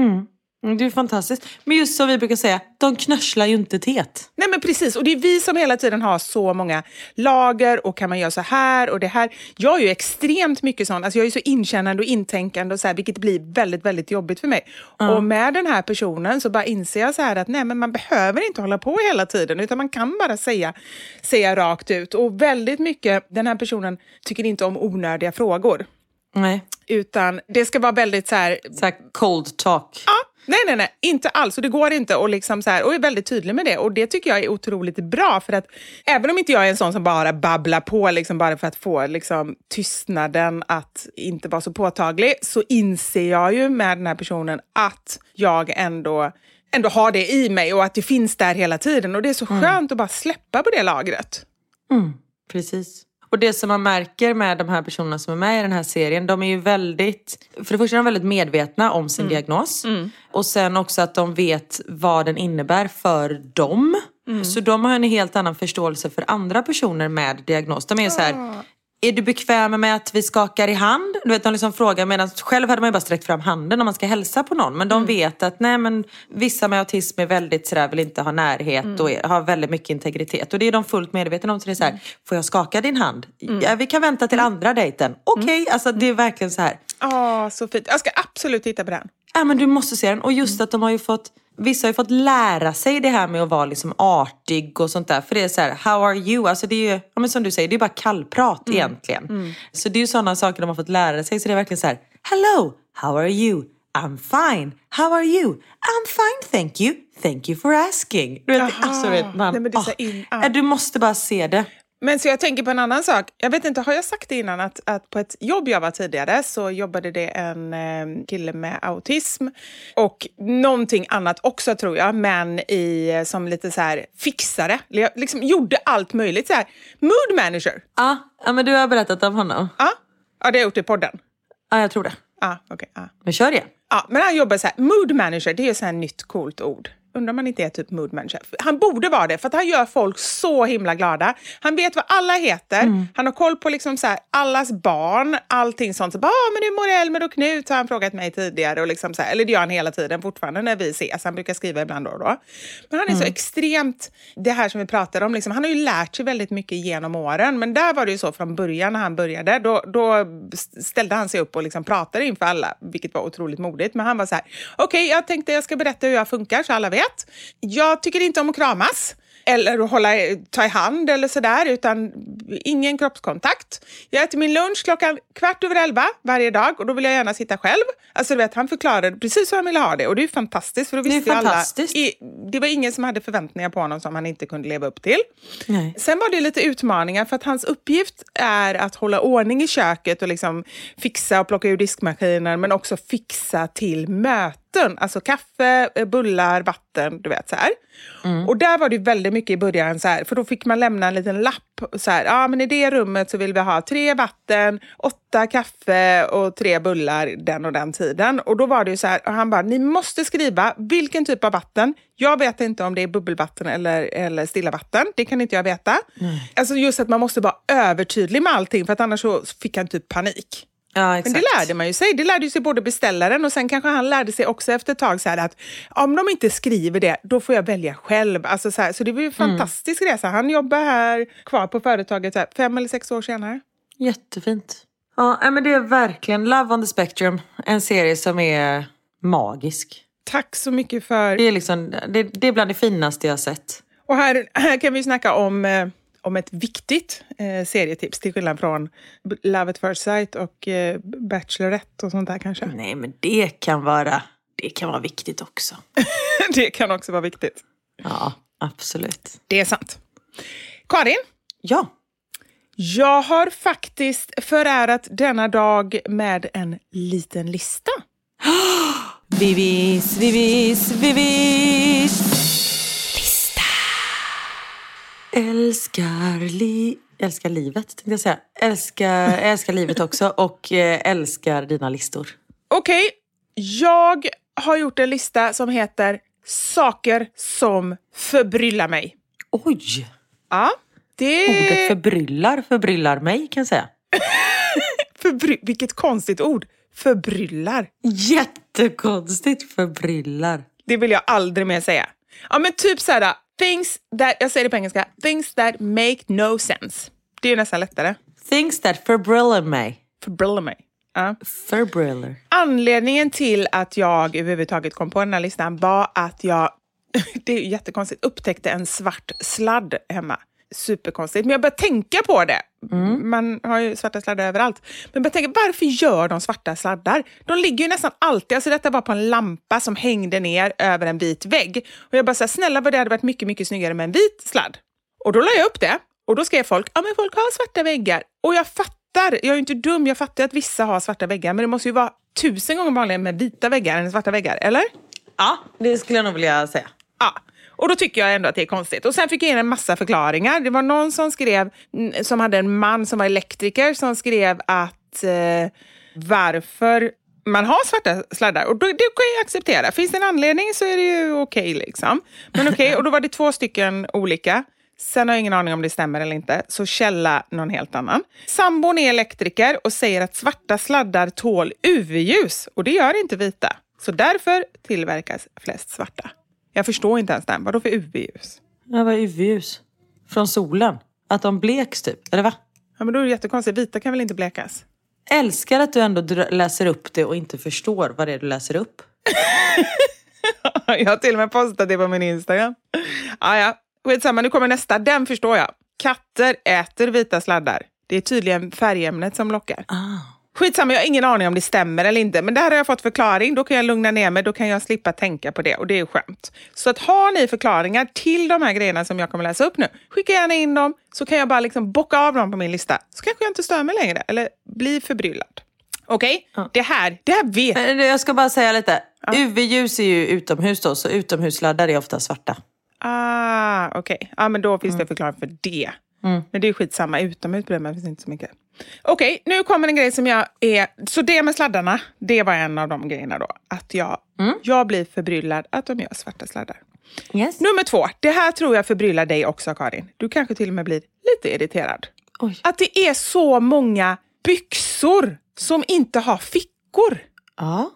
Det är fantastiskt. Men just som vi brukar säga, de knörslar ju inte tet. Nej men precis, och det är vi som hela tiden har så många lager och kan man göra så här och det här. Jag är ju extremt mycket sån, alltså jag är så inkännande och intänkande och så här, vilket blir väldigt, väldigt jobbigt för mig. Och med den här personen så bara inser jag så här att nej, men man behöver inte hålla på hela tiden utan man kan bara säga rakt ut. Och väldigt mycket, den här personen tycker inte om onödiga frågor. Nej. Utan det ska vara väldigt så här cold talk. Ja. Nej, inte alls. Och det går inte och liksom så här, och är väldigt tydlig med det. Och det tycker jag är otroligt bra för att även om inte jag är en sån som bara babblar på liksom bara för att få liksom tystnaden att inte vara så påtaglig, så inser jag ju med den här personen att jag ändå har det i mig och att det finns där hela tiden. Och det är så skönt att bara släppa på det lagret. Precis. Och det som man märker med de här personerna som är med i den här serien, de är ju för det första är de väldigt medvetna om sin diagnos. Och sen också att de vet vad den innebär för dem. Så de har en helt annan förståelse för andra personer med diagnos. De är så här, är du bekväm med att vi skakar i hand? Du vet, de liksom frågar, medan själv hade man ju bara sträckt fram handen om man ska hälsa på någon. Men de vet att nej, men vissa med autism är väldigt sådär, vill inte ha närhet och har väldigt mycket integritet. Och det är de fullt medvetna om. Så det är så här, får jag skaka din hand? Ja, vi kan vänta till andra dejten. Okej, alltså det är verkligen så här. Så fint. Jag ska absolut titta på den. Ja, men du måste se den. Och just att de har ju vissa har ju fått lära sig det här med att vara liksom artig och sånt där. För det är så här, how are you? Alltså det är ju, ja, men som du säger, det är bara kallprat egentligen. Så det är ju sådana saker de har fått lära sig. Så det är verkligen så här, hello, how are you? I'm fine. How are you? I'm fine, thank you. Thank you for asking. Du vet, alltså, du måste bara se det. Men så jag tänker på en annan sak. Jag vet inte, har jag sagt det innan att på ett jobb jag var tidigare så jobbade det en kille med autism och någonting annat också tror jag, men som lite så här fixare. Liksom gjorde allt möjligt så här. Mood manager. Ja, men du har berättat om honom. Ja, det har jag gjort i podden. Ja, jag tror det. Okej. Men kör det. Ja, men han jobbar så här. Mood manager, det är ju så här nytt coolt ord. Undrar man inte är typ mood manager. Han borde vara det för att han gör folk så himla glada. Han vet vad alla heter. Han har koll på liksom så här, allas barn. Allting sånt. Så bara, men hur mår Elmer och Knut? Har han frågat mig tidigare. Och liksom så här, eller det gör han hela tiden fortfarande när vi ses. Han brukar skriva ibland då och då. Men han är så extremt, det här som vi pratar om. Liksom, han har ju lärt sig väldigt mycket genom åren. Men där var det ju så från början när han började. Då ställde han sig upp och liksom pratade inför alla. Vilket var otroligt modigt. Men han var så här, okej, jag tänkte jag ska berätta hur jag funkar så alla vet. Jag tycker inte om att kramas. eller att ta i hand eller sådär, utan ingen kroppskontakt. Jag äter min lunch 11:15 varje dag och då vill jag gärna sitta själv. Alltså du vet, han förklarade precis hur han ville ha det och det är ju fantastiskt. För då visste alla, det var ingen som hade förväntningar på honom som han inte kunde leva upp till. Nej. Sen var det lite utmaningar för att hans uppgift är att hålla ordning i köket och liksom fixa och plocka ur diskmaskinen, men också fixa till möten. Alltså kaffe, bullar, vatten, du vet så här. Och där var det väldigt mycket i början så här, för då fick man lämna en liten lapp så här, ja men i det rummet så vill vi ha 3 vatten, 8 kaffe och 3 bullar den och den tiden. Och då var det ju så här, och han bara, ni måste skriva vilken typ av vatten. Jag vet inte om det är bubbelvatten eller stilla vatten. Det kan inte jag veta. Alltså just att man måste vara övertydlig med allting, för att annars så fick han typ panik. Ja, exakt. Men det lärde man ju sig. Det lärde ju sig både beställaren och sen kanske han lärde sig också efter ett tag så här att om de inte skriver det, då får jag välja själv. Alltså så här, så det var ju en fantastisk resa. Han jobbar här kvar på företaget så här, 5 eller 6 år senare. Jättefint. Ja, men det är verkligen Love on the Spectrum. En serie som är magisk. Tack så mycket för... Det är liksom, det är bland det finaste jag har sett. Och här kan vi snacka om ett viktigt serietips till skillnad från Love at First Sight och Bachelorette och sånt där kanske. Nej, men det kan vara viktigt också. Det kan också vara viktigt. Ja, absolut. Det är sant. Karin? Ja. Jag har faktiskt förärat denna dag med en liten lista. Vivis. Älskar livet, tänkte jag säga. Älskar livet också och älskar dina listor. Okej, jag har gjort en lista som heter Saker som förbryllar mig. Oj! Ja, det... Ordet förbryllar mig, kan jag säga. Vilket konstigt ord. Förbryllar. Jättekonstigt, förbryllar. Det vill jag aldrig mer säga. Ja, men typ så här, jag säger det på engelska, things that make no sense. Det är ju nästan lättare. Things that förbryllar mig. Förbryllar mig. Ja. Förbryllar. Anledningen till att jag överhuvudtaget kom på den här listan var att jag, det är jättekonstigt, upptäckte en svart sladd hemma. Superkonstigt. Men jag började tänka på det. Man har ju svarta sladdar överallt. Men jag började tänka, varför gör de svarta sladdar? De ligger ju nästan alltid, alltså detta var på en lampa som hängde ner över en vit vägg. Och jag bara så här, snälla vad det hade varit mycket, mycket snyggare med en vit sladd. Och då la jag upp det. Och då skrev folk, ja men folk har svarta väggar. Och jag fattar, jag är ju inte dum, jag fattar att vissa har svarta väggar. Men det måste ju vara 1000 gånger vanligare med vita väggar än svarta väggar, eller? Ja, det skulle jag nog vilja säga. Ja. Och då tycker jag ändå att det är konstigt. Och sen fick jag in en massa förklaringar. Det var någon som skrev, som hade en man som var elektriker, som skrev att varför man har svarta sladdar. Och det kan jag acceptera. Finns det en anledning så är det ju okej liksom. Men okej, och då var det 2 stycken olika. Sen har jag ingen aning om det stämmer eller inte. Så källa någon helt annan. Sambon är elektriker och säger att svarta sladdar tål UV-ljus. Och det gör inte vita. Så därför tillverkas flest svarta. Jag förstår inte ens den. Vadå för UV-ljus? Ja, vad är UV-ljus? Från solen? Att de bleks typ, eller va? Ja, men då är det jättekonstigt. Vita kan väl inte blekas? Älskar att du ändå läser upp det och inte förstår vad det är du läser upp. Jag har till och med postat det på min Instagram. Ja. Skitsamma, nu kommer nästa. Den förstår jag. Katter äter vita sladdar. Det är tydligen färgämnet som lockar. Skitsamma, jag har ingen aning om det stämmer eller inte. Men där har jag fått förklaring. Då kan jag lugna ner mig. Då kan jag slippa tänka på det. Och det är skönt. Så att har ni förklaringar till de här grejerna som jag kommer läsa upp nu, skicka gärna in dem. Så kan jag bara liksom bocka av dem på min lista. Så kanske jag inte stör mig längre. Eller bli förbryllad. Okej? Det här vet jag. Jag ska bara säga lite. UV-ljus är ju utomhus då. Så utomhussladdar är ofta svarta. Okej. Ja, men då finns det förklaring för det. Men det är skitsamma. Utomhus bryr man finns inte så mycket. Okej, nu kommer en grej som jag är... Så det med sladdarna, det var en av de grejerna då. Att jag blir förbryllad att de gör svarta sladdar. Yes. Nummer 2. Det här tror jag förbryllar dig också, Karin. Du kanske till och med blir lite irriterad. Oj. Att det är så många byxor som inte har fickor. Ja.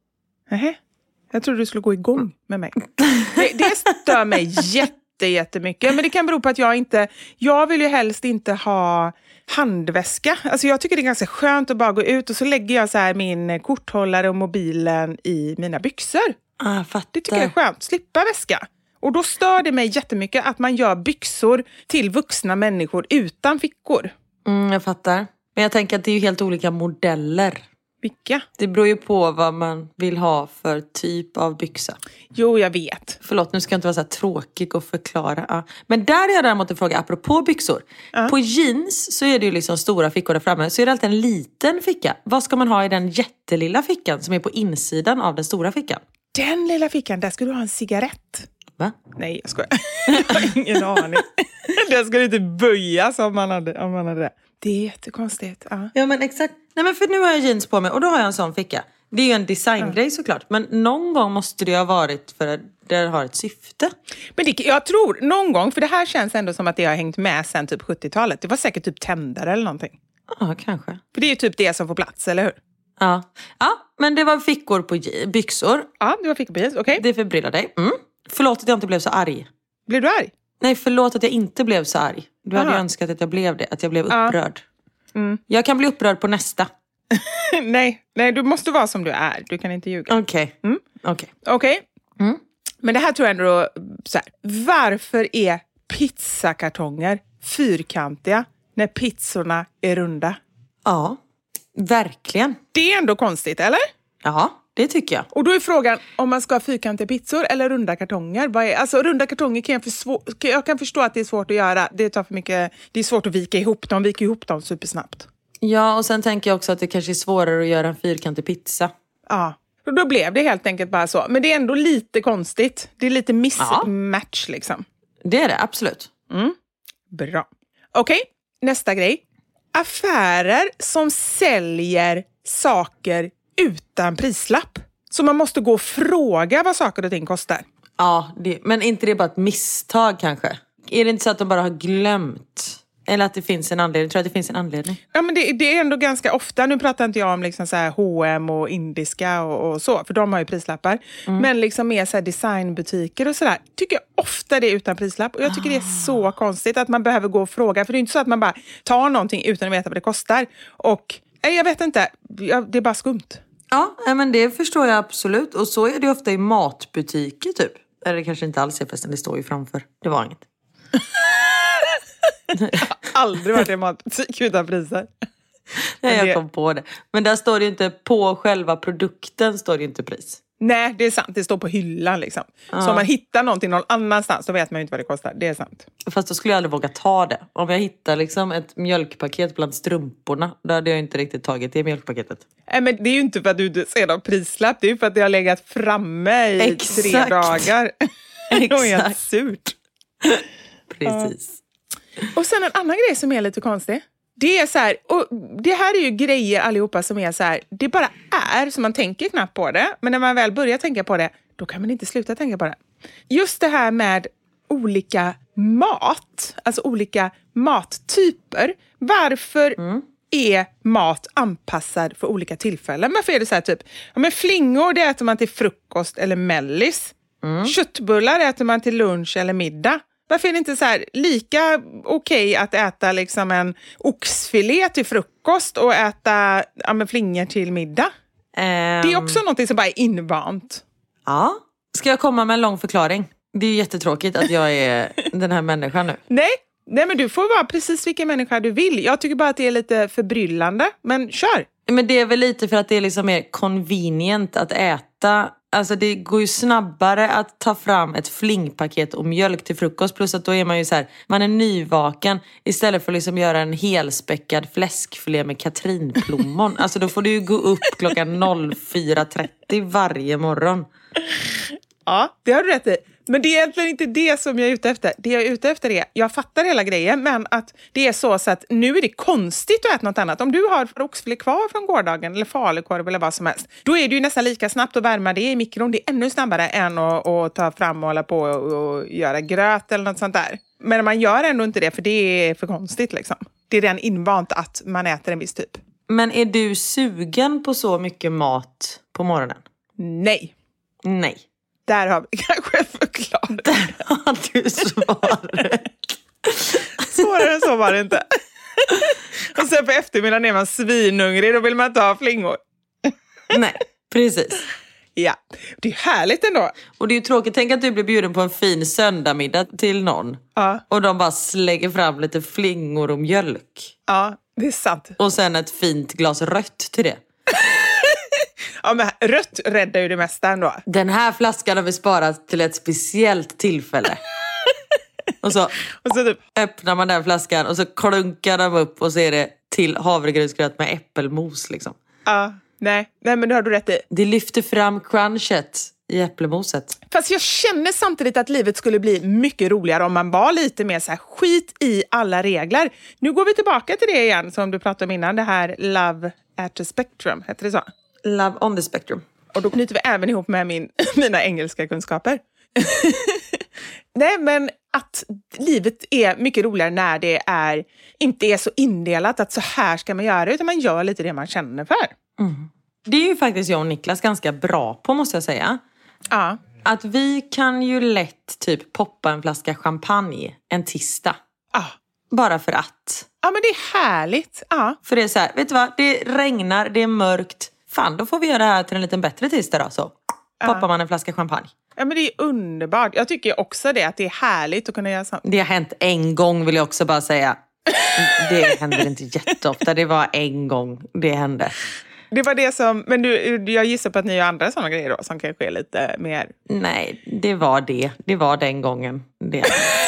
Jag trodde du skulle gå igång med mig. Det stör mig jättemycket. Men det kan bero på att jag vill ju helst inte ha handväska. Alltså jag tycker det är ganska skönt att bara gå ut och så lägger jag så här min korthållare och mobilen i mina byxor. Fattar. Det tycker jag är skönt. Slippa väska. Och då stör det mig jättemycket att man gör byxor till vuxna människor utan fickor. Jag fattar. Men jag tänker att det är ju helt olika modeller. Vilka? Det beror ju på vad man vill ha för typ av byxa. Jo, jag vet. Förlåt, nu ska jag inte vara så här tråkig och förklara. Ja. Men där är jag däremot en fråga apropå byxor. På jeans så är det ju liksom stora fickor där framme. Så är det alltid en liten ficka. Vad ska man ha i den jättelilla fickan som är på insidan av den stora fickan? Den lilla fickan, där ska du ha en cigarett. Va? Nej, jag skojar. Jag har ingen aning. Den ska du inte böjas om man hade det. Det är jättekonstigt. Ja, men exakt. Nej, men för nu har jag jeans på mig och då har jag en sån ficka. Det är ju en designgrej såklart. Men någon gång måste det ha varit för att det har ett syfte. Men jag tror någon gång, för det här känns ändå som att det har hängt med sen typ 70-talet. Det var säkert typ tändare eller någonting. Ja, kanske. För det är ju typ det som får plats, eller hur? Ja, men det var fickor på byxor. Ja, det var fickor på jeans, okej. Det förbryllar dig. Förlåt att jag inte blev så arg. Blev du arg? Nej, förlåt att jag inte blev så arg. Du hade ju önskat att jag blev det. Att jag blev upprörd. Jag kan bli upprörd på nästa. Nej, du måste vara som du är. Du kan inte ljuga. Okej. Men det här tror jag ändå så här. Varför är pizzakartonger fyrkantiga när pizzorna är runda? Ja, verkligen. Det är ändå konstigt, eller? Ja, det tycker jag. Och då är frågan om man ska ha fyrkantiga pizzor eller runda kartonger. Alltså runda kartonger kan jag kan förstå att det är svårt att göra. Det tar för mycket. Det är svårt att vika ihop dem. Vika ihop dem supersnabbt. Ja, och sen tänker jag också att det kanske är svårare att göra en fyrkantig pizza. Ja, och då blev det helt enkelt bara så. Men det är ändå lite konstigt. Det är lite mismatch liksom. Det är det, absolut. Bra. Okej, nästa grej. Affärer som säljer saker utan prislapp. Så man måste gå och fråga vad saker och ting kostar. Ja, men inte det bara ett misstag kanske? Är det inte så att de bara har glömt? Eller att det finns en anledning? Jag tror att det finns en anledning. Ja, men det är ändå ganska ofta. Nu pratar inte jag om liksom så här H&M och indiska och så. För de har ju prislappar. Men liksom mer så här designbutiker och sådär. Tycker jag ofta det är utan prislapp. Och jag tycker det är så konstigt att man behöver gå och fråga. För det är inte så att man bara tar någonting utan att veta vad det kostar. Och jag vet inte. Det är bara skumt. Ja, men det förstår jag absolut. Och så är det ofta i matbutiker typ. Eller det kanske inte alls är, förresten det står ju framför. Det var inget. Jag har aldrig varit i en matbutik utan priser. Nej, jag kom på det. Men där står det ju inte, på själva produkten står det ju inte pris. Nej, det är sant. Det står på hyllan liksom. Så om man hittar någonting någon annanstans så vet man ju inte vad det kostar. Det är sant. Fast då skulle jag aldrig våga ta det. Om jag hittar liksom ett mjölkpaket bland strumporna, då hade jag inte riktigt tagit det mjölkpaketet. Nej, men det är ju inte för att du ser någon prislapp. Det är ju för att det har legat framme i 3 dagar. Det är helt surt. Precis. Och sen en annan grej som är lite konstig. Det är så här, och det här är ju grejer allihopa som är så här, det bara är så man tänker knappt på det. Men när man väl börjar tänka på det, då kan man inte sluta tänka på det. Just det här med olika mat, alltså olika mattyper. Varför är mat anpassad för olika tillfällen? Varför är det så här typ, ja men flingor det äter man till frukost eller mellis. Köttbullar äter man till lunch eller middag. Varför är det inte så här lika okej att äta liksom en oxfilé till frukost och äta flingor till middag? Det är också något som bara är invant. Ja. Ska jag komma med en lång förklaring? Det är ju jättetråkigt att jag är den här människan nu. Nej, men du får vara precis vilken människa du vill. Jag tycker bara att det är lite förbryllande, men kör. Men det är väl lite för att det är liksom mer convenient att äta. Alltså det går ju snabbare att ta fram ett flingpaket och mjölk till frukost. Plus att då är man ju så här, man är nyvaken. Istället för att liksom göra en helspäckad fläskfilé med katrinplommon. Alltså då får du ju gå upp klockan 04.30 varje morgon. Ja, det har du rätt i. Men det är egentligen inte det som jag är ute efter. Det jag är ute efter är, jag fattar hela grejen, men att det är så att nu är det konstigt att äta något annat. Om du har oxfilé kvar från gårdagen eller falukorv eller vad som helst, då är det ju nästan lika snabbt att värma det i mikron. Det är ännu snabbare än att ta fram och hålla på och göra gröt eller något sånt där. Men man gör ändå inte det, för det är för konstigt liksom. Det är redan invant att man äter en viss typ. Men är du sugen på så mycket mat på morgonen? Nej. Nej. Där har vi kanske förklarat. Där har du svaret. Svårare än så var det inte. Och sen på eftermiddagen är man svinhungrig. Då vill man inte ha flingor. Nej, precis. Ja, det är härligt ändå. Och det är ju tråkigt, tänk att du blir bjuden på en fin söndagmiddag till någon. Ja. Och de bara slänger fram lite flingor och mjölk. Ja, det är sant. Och sen ett fint glas rött till det. Ja, men rött räddar ju det mesta ändå. Den här flaskan har vi sparat till ett speciellt tillfälle. Och så typ öppnar man den flaskan och så klunkar de upp och så är det till havregrynsgröt med äppelmos liksom. Ja, nej men det har du rätt i. Det lyfter fram crunchet i äppelmoset. Fast jag känner samtidigt att livet skulle bli mycket roligare om man var lite mer så här skit i alla regler. Nu går vi tillbaka till det igen som du pratade om innan. Det här Love at the Spectrum, heter det så? Love on the spectrum. Och då knyter vi även ihop med mina engelska kunskaper. Nej, men att livet är mycket roligare när det inte är så indelat att så här ska man göra, utan man gör lite det man känner för. Mm. Det är ju faktiskt jag och Niklas ganska bra på, måste jag säga. Ja. Att vi kan ju lätt typ poppa en flaska champagne en tisdag. Ja. Bara för att. Ja, men det är härligt. Ja. För det är så här, vet du vad? Det regnar, det är mörkt. Fan, då får vi göra det här till en liten bättre tisdag då. Så poppar man en flaska champagne. Ja, men det är underbart. Jag tycker också det, att det är härligt att kunna göra sånt. Det har hänt en gång, vill jag också bara säga. Det händer inte jätteofta. Det var en gång det hände. Det var det som... Men jag gissar på att ni gör andra sådana grejer då, som kanske är lite mer... Nej, det var det. Det var den gången. Det.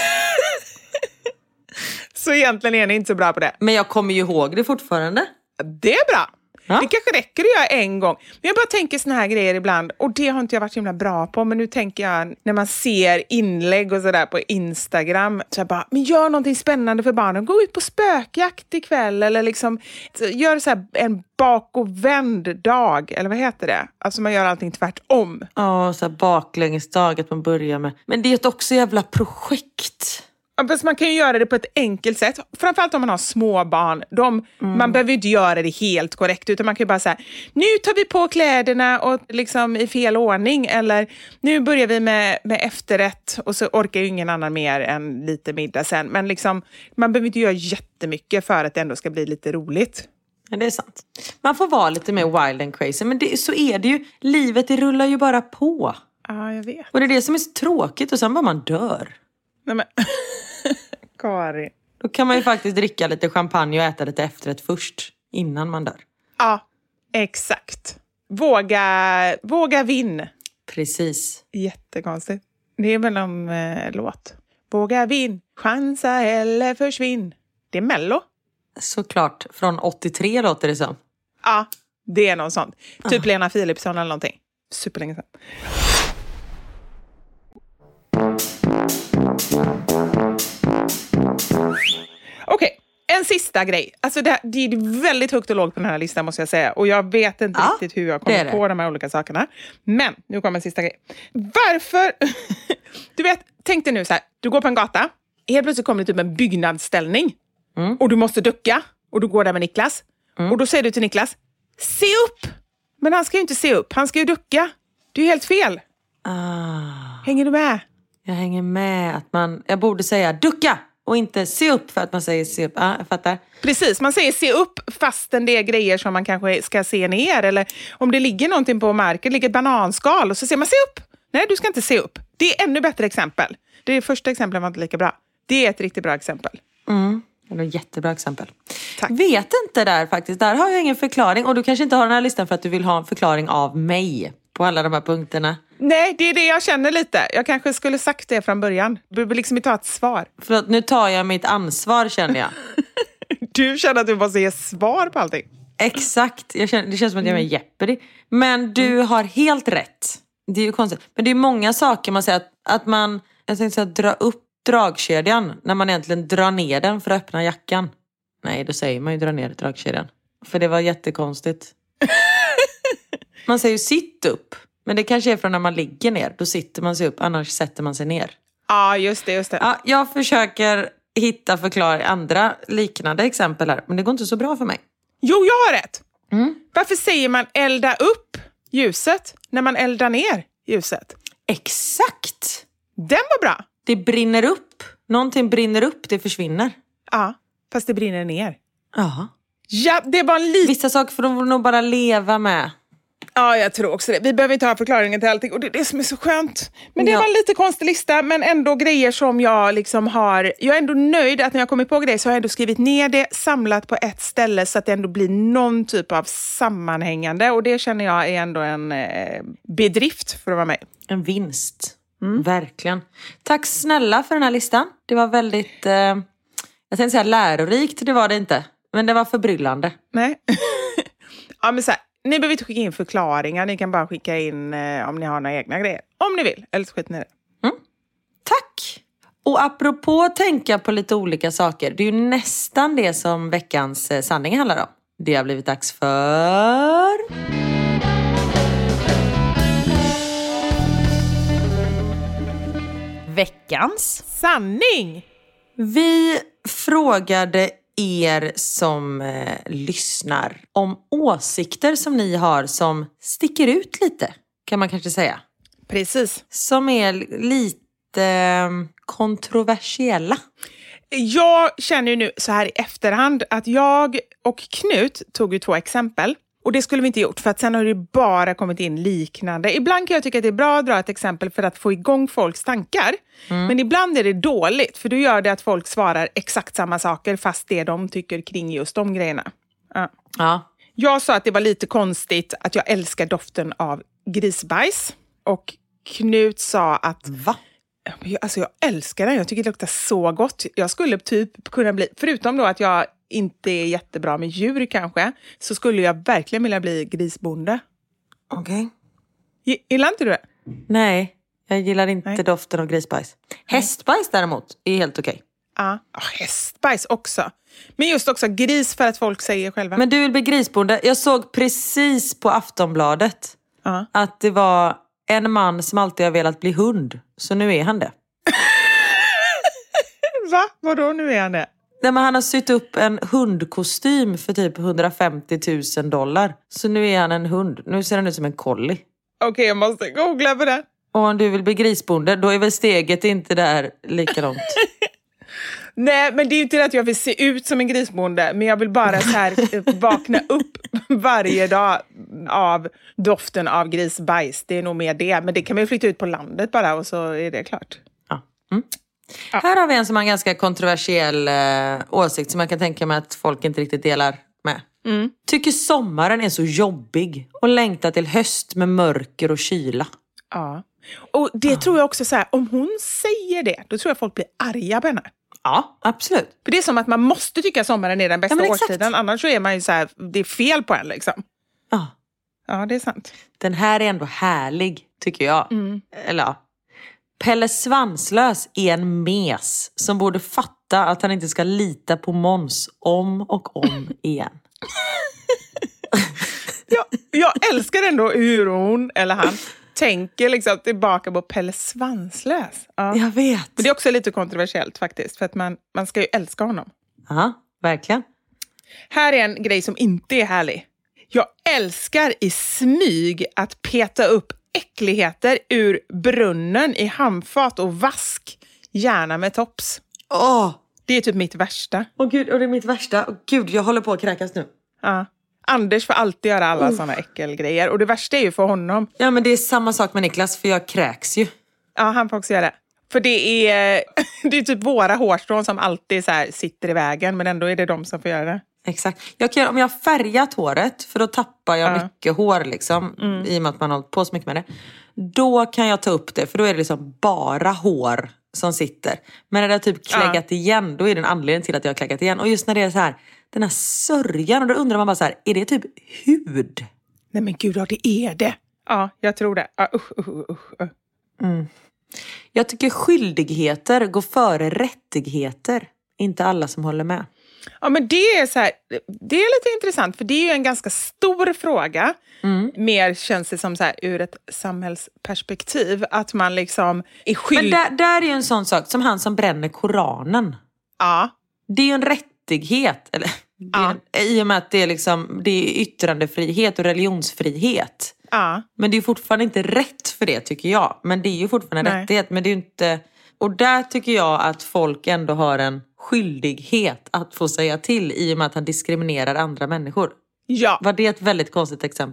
Så egentligen är ni inte så bra på det. Men jag kommer ju ihåg det fortfarande. Det är bra. Ja. Det kanske räcker att göra en gång. Men jag bara tänker såna här grejer ibland. Och det har inte jag varit så himla bra på. Men nu tänker jag när man ser inlägg och sådär på Instagram. Så jag bara, men gör någonting spännande för barnen. Gå ut på spökjakt ikväll. Eller liksom, gör så här en bak- och vänd-dag. Eller vad heter det? Alltså man gör allting tvärtom. Ja, så här baklängesdag att man börjar med. Men det är ett också jävla projekt. Ja, fast man kan ju göra det på ett enkelt sätt. Framförallt om man har små barn. Man behöver ju inte göra det helt korrekt. Utan man kan ju bara säga, nu tar vi på kläderna och liksom i fel ordning. Eller nu börjar vi med efterrätt. Och så orkar ju ingen annan mer än lite middag sen. Men liksom, man behöver inte göra jättemycket för att det ändå ska bli lite roligt. Ja, det är sant. Man får vara lite mer wild and crazy. Men så är det ju. Livet, det rullar ju bara på. Ja, jag vet. Och det är det som är så tråkigt. Och sen bara man dör. Nej, men... Karin. Då kan man ju faktiskt dricka lite champagne och äta lite efterrätt först. Innan man dör. Ja, exakt. Våga vinn. Precis. Jättekonstigt. Det är väl någon låt. Våga vinn, chansa eller försvinn. Det är Mello. Såklart. Från 83 låter det som. Ja, det är någon sånt. Typ Lena Philipsson eller någonting. Superlänge sedan. Okej, en sista grej. Alltså det är väldigt högt och lågt på den här listan måste jag säga. Och jag vet inte riktigt hur jag kommer på de här olika sakerna. Men nu kommer en sista grej. Varför... Du vet, tänk dig nu så här. Du går på en gata. Helt plötsligt kommer det typ en byggnadsställning. Och du måste ducka. Och du går där med Niklas. Och då säger du till Niklas, se upp! Men han ska ju inte se upp. Han ska ju ducka. Det är ju helt fel. Hänger du med? Jag hänger med att jag borde säga ducka och inte se upp för att man säger se upp. Ja, jag fattar. Precis, man säger se upp fastän det är grejer som man kanske ska se ner. Eller om det ligger någonting på marken, ligger ett bananskal och så säger man se upp. Nej, du ska inte se upp. Det är ännu bättre exempel. Det första exemplet var inte lika bra. Det är ett riktigt bra exempel. Det är ett jättebra exempel. Tack. Vet inte där faktiskt. Där har jag ingen förklaring. Och du kanske inte har den här listan för att du vill ha en förklaring av mig på alla de här punkterna. Nej, det är det jag känner lite. Jag kanske skulle sagt det från början. Du behöver liksom inte ha ett svar. För att nu tar jag mitt ansvar, känner jag. Du känner att du måste ge svar på allting. Exakt. Det känns som att jag är med Jeopardy. Men du har helt rätt. Det är ju konstigt. Men det är många saker man säger att man... Jag tänkte säga dra upp dragkedjan när man egentligen drar ner den för att öppna jackan. Nej, då säger man ju dra ner dragkedjan. För det var jättekonstigt. Man säger ju sitt upp. Men det kanske är från när man ligger ner. Då sitter man sig upp, annars sätter man sig ner. Ja, just det. Ja, jag försöker hitta andra liknande exempel här. Men det går inte så bra för mig. Jo, jag har rätt. Varför säger man elda upp ljuset när man eldar ner ljuset? Exakt! Den var bra. Det brinner upp. Någonting brinner upp, det försvinner. Ja, fast det brinner ner. Ja. Ja, det var en liten... Vissa saker får de nog bara leva med. Ja, jag tror också det. Vi behöver inte ha förklaringen till allting och det är det som är så skönt. Men det var en lite konstig lista, men ändå grejer som jag liksom har... Jag är ändå nöjd att när jag kommit på grejer så har jag ändå skrivit ner det, samlat på ett ställe så att det ändå blir någon typ av sammanhängande, och det känner jag är ändå en bedrift för att vara med. En vinst. Verkligen. Tack snälla för den här listan. Det var väldigt, jag tänkte säga lärorikt, det var det inte. Men det var förbryllande. Nej. Ja, men så här, ni behöver inte skicka in förklaringar. Ni kan bara skicka in om ni har några egna grejer. Om ni vill, eller så skiter ni det. Tack! Och apropå tänka på lite olika saker. Det är ju nästan det som veckans sanning handlar om. Det har blivit dags för... veckans sanning! Vi frågade er som lyssnar om åsikter som ni har som sticker ut lite, kan man kanske säga. Precis. Som är lite kontroversiella. Jag känner ju nu så här i efterhand att jag och Knut tog ju 2 exempel. Och det skulle vi inte gjort, för att sen har det bara kommit in liknande. Ibland kan jag tycka att det är bra att dra ett exempel för att få igång folks tankar. Men ibland är det dåligt, för då gör det att folk svarar exakt samma saker fast det de tycker kring just de grejerna. Ja. Jag sa att det var lite konstigt att jag älskar doften av grisbajs. Och Knut sa att... Va? Alltså jag älskar den, jag tycker det luktar så gott. Jag skulle typ kunna bli, förutom då att jag inte är jättebra med djur kanske, så skulle jag verkligen vilja bli grisbonde. Okej. Gillar inte du det? Nej, jag gillar inte doften av grisbajs. Hästbajs däremot är helt okej. Ja, hästbajs också. Men just också gris, för att folk säger själva. Men du vill bli grisbonde. Jag såg precis på Aftonbladet att det var en man som alltid har velat bli hund. Så nu är han det. Va? Vadå nu är han det? Nej, men han har sytt upp en hundkostym för typ $150 000. Så nu är han en hund. Nu ser han ut som en collie. Okej, jag måste googla på det. Och om du vill bli grisbonde, då är väl steget inte där lika långt. Nej, men det är ju inte det att jag vill se ut som en grisbonde. Men jag vill bara så här vakna upp varje dag av doften av grisbajs. Det är nog mer det. Men det kan man ju flytta ut på landet bara och så är det klart. Ja. Här har vi en som har en ganska kontroversiell åsikt som jag kan tänka mig att folk inte riktigt delar med. Tycker sommaren är så jobbig och längtar till höst med mörker och kyla. Ja. Och det tror jag också så här, om hon säger det, då tror jag folk blir arga på henne. Ja, absolut. För det är som att man måste tycka sommaren är den bästa årstiden. Annars så är man ju så här, det är fel på en liksom. Ja. Ja, det är sant. Den här är ändå härlig, tycker jag. Eller ja. Pelle Svanslös är en mes som borde fatta att han inte ska lita på Måns om och om igen. Jag älskar ändå hur hon eller han tänker liksom tillbaka på Pelle Svanslös. Ja. Jag vet. Men det är också lite kontroversiellt faktiskt. För att man ska ju älska honom. Ja, verkligen. Här är en grej som inte är härlig. Jag älskar i smyg att peta upp äckligheter ur brunnen i handfat och vask. Gärna med tops. Det är typ mitt värsta. Gud, och det är mitt värsta. Gud, jag håller på att kräkas nu. Ja. Anders får alltid göra alla såna äckelgrejer. Och det värsta är ju för honom. Ja, men det är samma sak med Niklas, för jag kräks ju. Ja, han får också göra det. För det är typ våra hårstrån som alltid så här sitter i vägen. Men ändå är det de som får göra det. Exakt. Om jag har färgat håret, för då tappar jag mycket hår liksom, i och med att man har hållit på så mycket med det. Då kan jag ta upp det, för då är det liksom bara hår som sitter. Men när det har typ kläggat igen, då är det en anledning till att jag har kläggat igen. Och just när det är så här, den här sörjan, och då undrar man bara så här, är det typ hud? Nej men gud, ja det är det. Ja, jag tror det. Usch. Jag tycker skyldigheter går före rättigheter. Inte alla som håller med. Ja, men det är så här, det är lite intressant, för det är ju en ganska stor fråga. Mer känns det som så här, ur ett samhällsperspektiv, att man liksom är skyldig. Men där är ju en sån sak som han som bränner Koranen. Ja. Det är ju en rättighet, eller i och med att det är liksom, det är yttrandefrihet och religionsfrihet. Ja. Men det är ju fortfarande inte rätt för det, tycker jag. Men det är ju fortfarande en rättighet, men det är ju inte. Och där tycker jag att folk ändå har en skyldighet att få säga till, i och med att han diskriminerar andra människor. Ja. Var det ett väldigt konstigt exempel?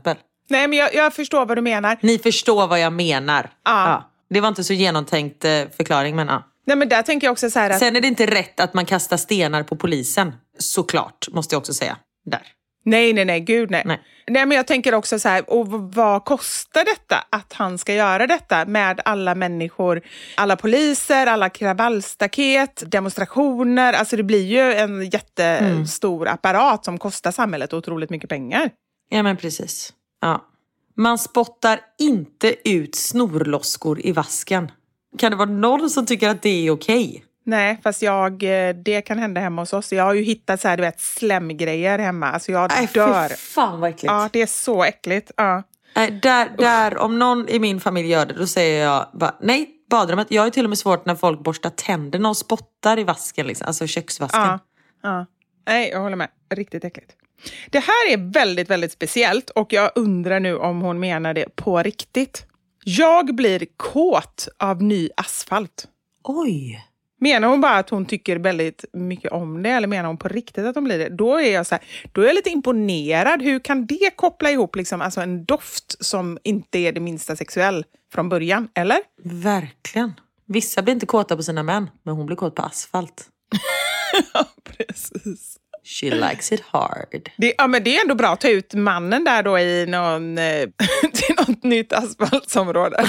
Nej, men jag förstår vad du menar. Ni förstår vad jag menar. Ja. Det var inte så genomtänkt förklaring, men ja. Nej, men där tänker jag också så här att... Sen är det inte rätt att man kastar stenar på polisen. Såklart, måste jag också säga. Där. Nej, gud nej. Nej. Nej, men jag tänker också så här, och vad kostar detta att han ska göra detta med alla människor, alla poliser, alla kravallstaket, demonstrationer. Alltså det blir ju en jättestor apparat som kostar samhället otroligt mycket pengar. Ja, men precis. Ja. Man spottar inte ut snorloskor i vasken. Kan det vara någon som tycker att det är okej? Nej, fast det kan hända hemma hos oss. Jag har ju hittat så här, du vet, slemgrejer hemma. Alltså jag dör. Fy fan vad äckligt. Ja, det är så äckligt. Ja. Där, om någon i min familj gör det, då säger jag bara, nej, badrummet. Jag är till och med svårt när folk borstar tänderna och spottar i vasken, liksom. Alltså köksvasken. Ja. Nej, jag håller med. Riktigt äckligt. Det här är väldigt, väldigt speciellt och jag undrar nu om hon menar det på riktigt. Jag blir kåt av ny asfalt. Oj. Menar hon bara att hon tycker väldigt mycket om det, eller menar hon på riktigt att hon blir det? Då är jag så här, då är jag lite imponerad. Hur kan det koppla ihop liksom, alltså en doft som inte är det minsta sexuell från början, eller? Verkligen. Vissa blir inte kåta på sina män, men hon blir kåt på asfalt. Ja, precis. She likes it hard. Men det är ändå bra att ta ut mannen där då i till något nytt asfaltsområde.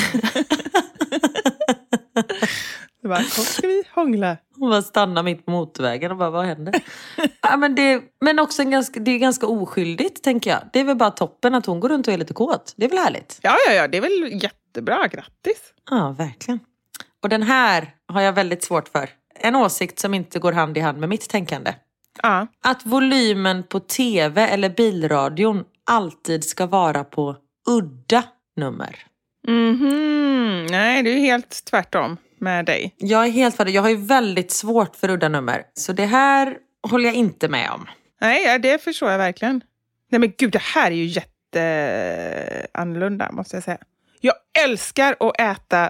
Det bara, ska vi hångla? Hon bara stannar mitt på motorvägen och bara, vad händer? Men också det är ganska oskyldigt, tänker jag. Det är väl bara toppen att hon går runt och är lite kåt. Det är väl härligt? Ja, det är väl jättebra. Grattis. Ja, verkligen. Och den här har jag väldigt svårt för. En åsikt som inte går hand i hand med mitt tänkande. Ja. Att volymen på tv eller bilradion alltid ska vara på udda nummer. Nej, det är helt tvärtom med dig. Jag är helt färdig. Jag har ju väldigt svårt för udda nummer. Så det här håller jag inte med om. Nej, det förstår jag verkligen. Nej, men gud, det här är ju jätteannorlunda, måste jag säga. Jag älskar att äta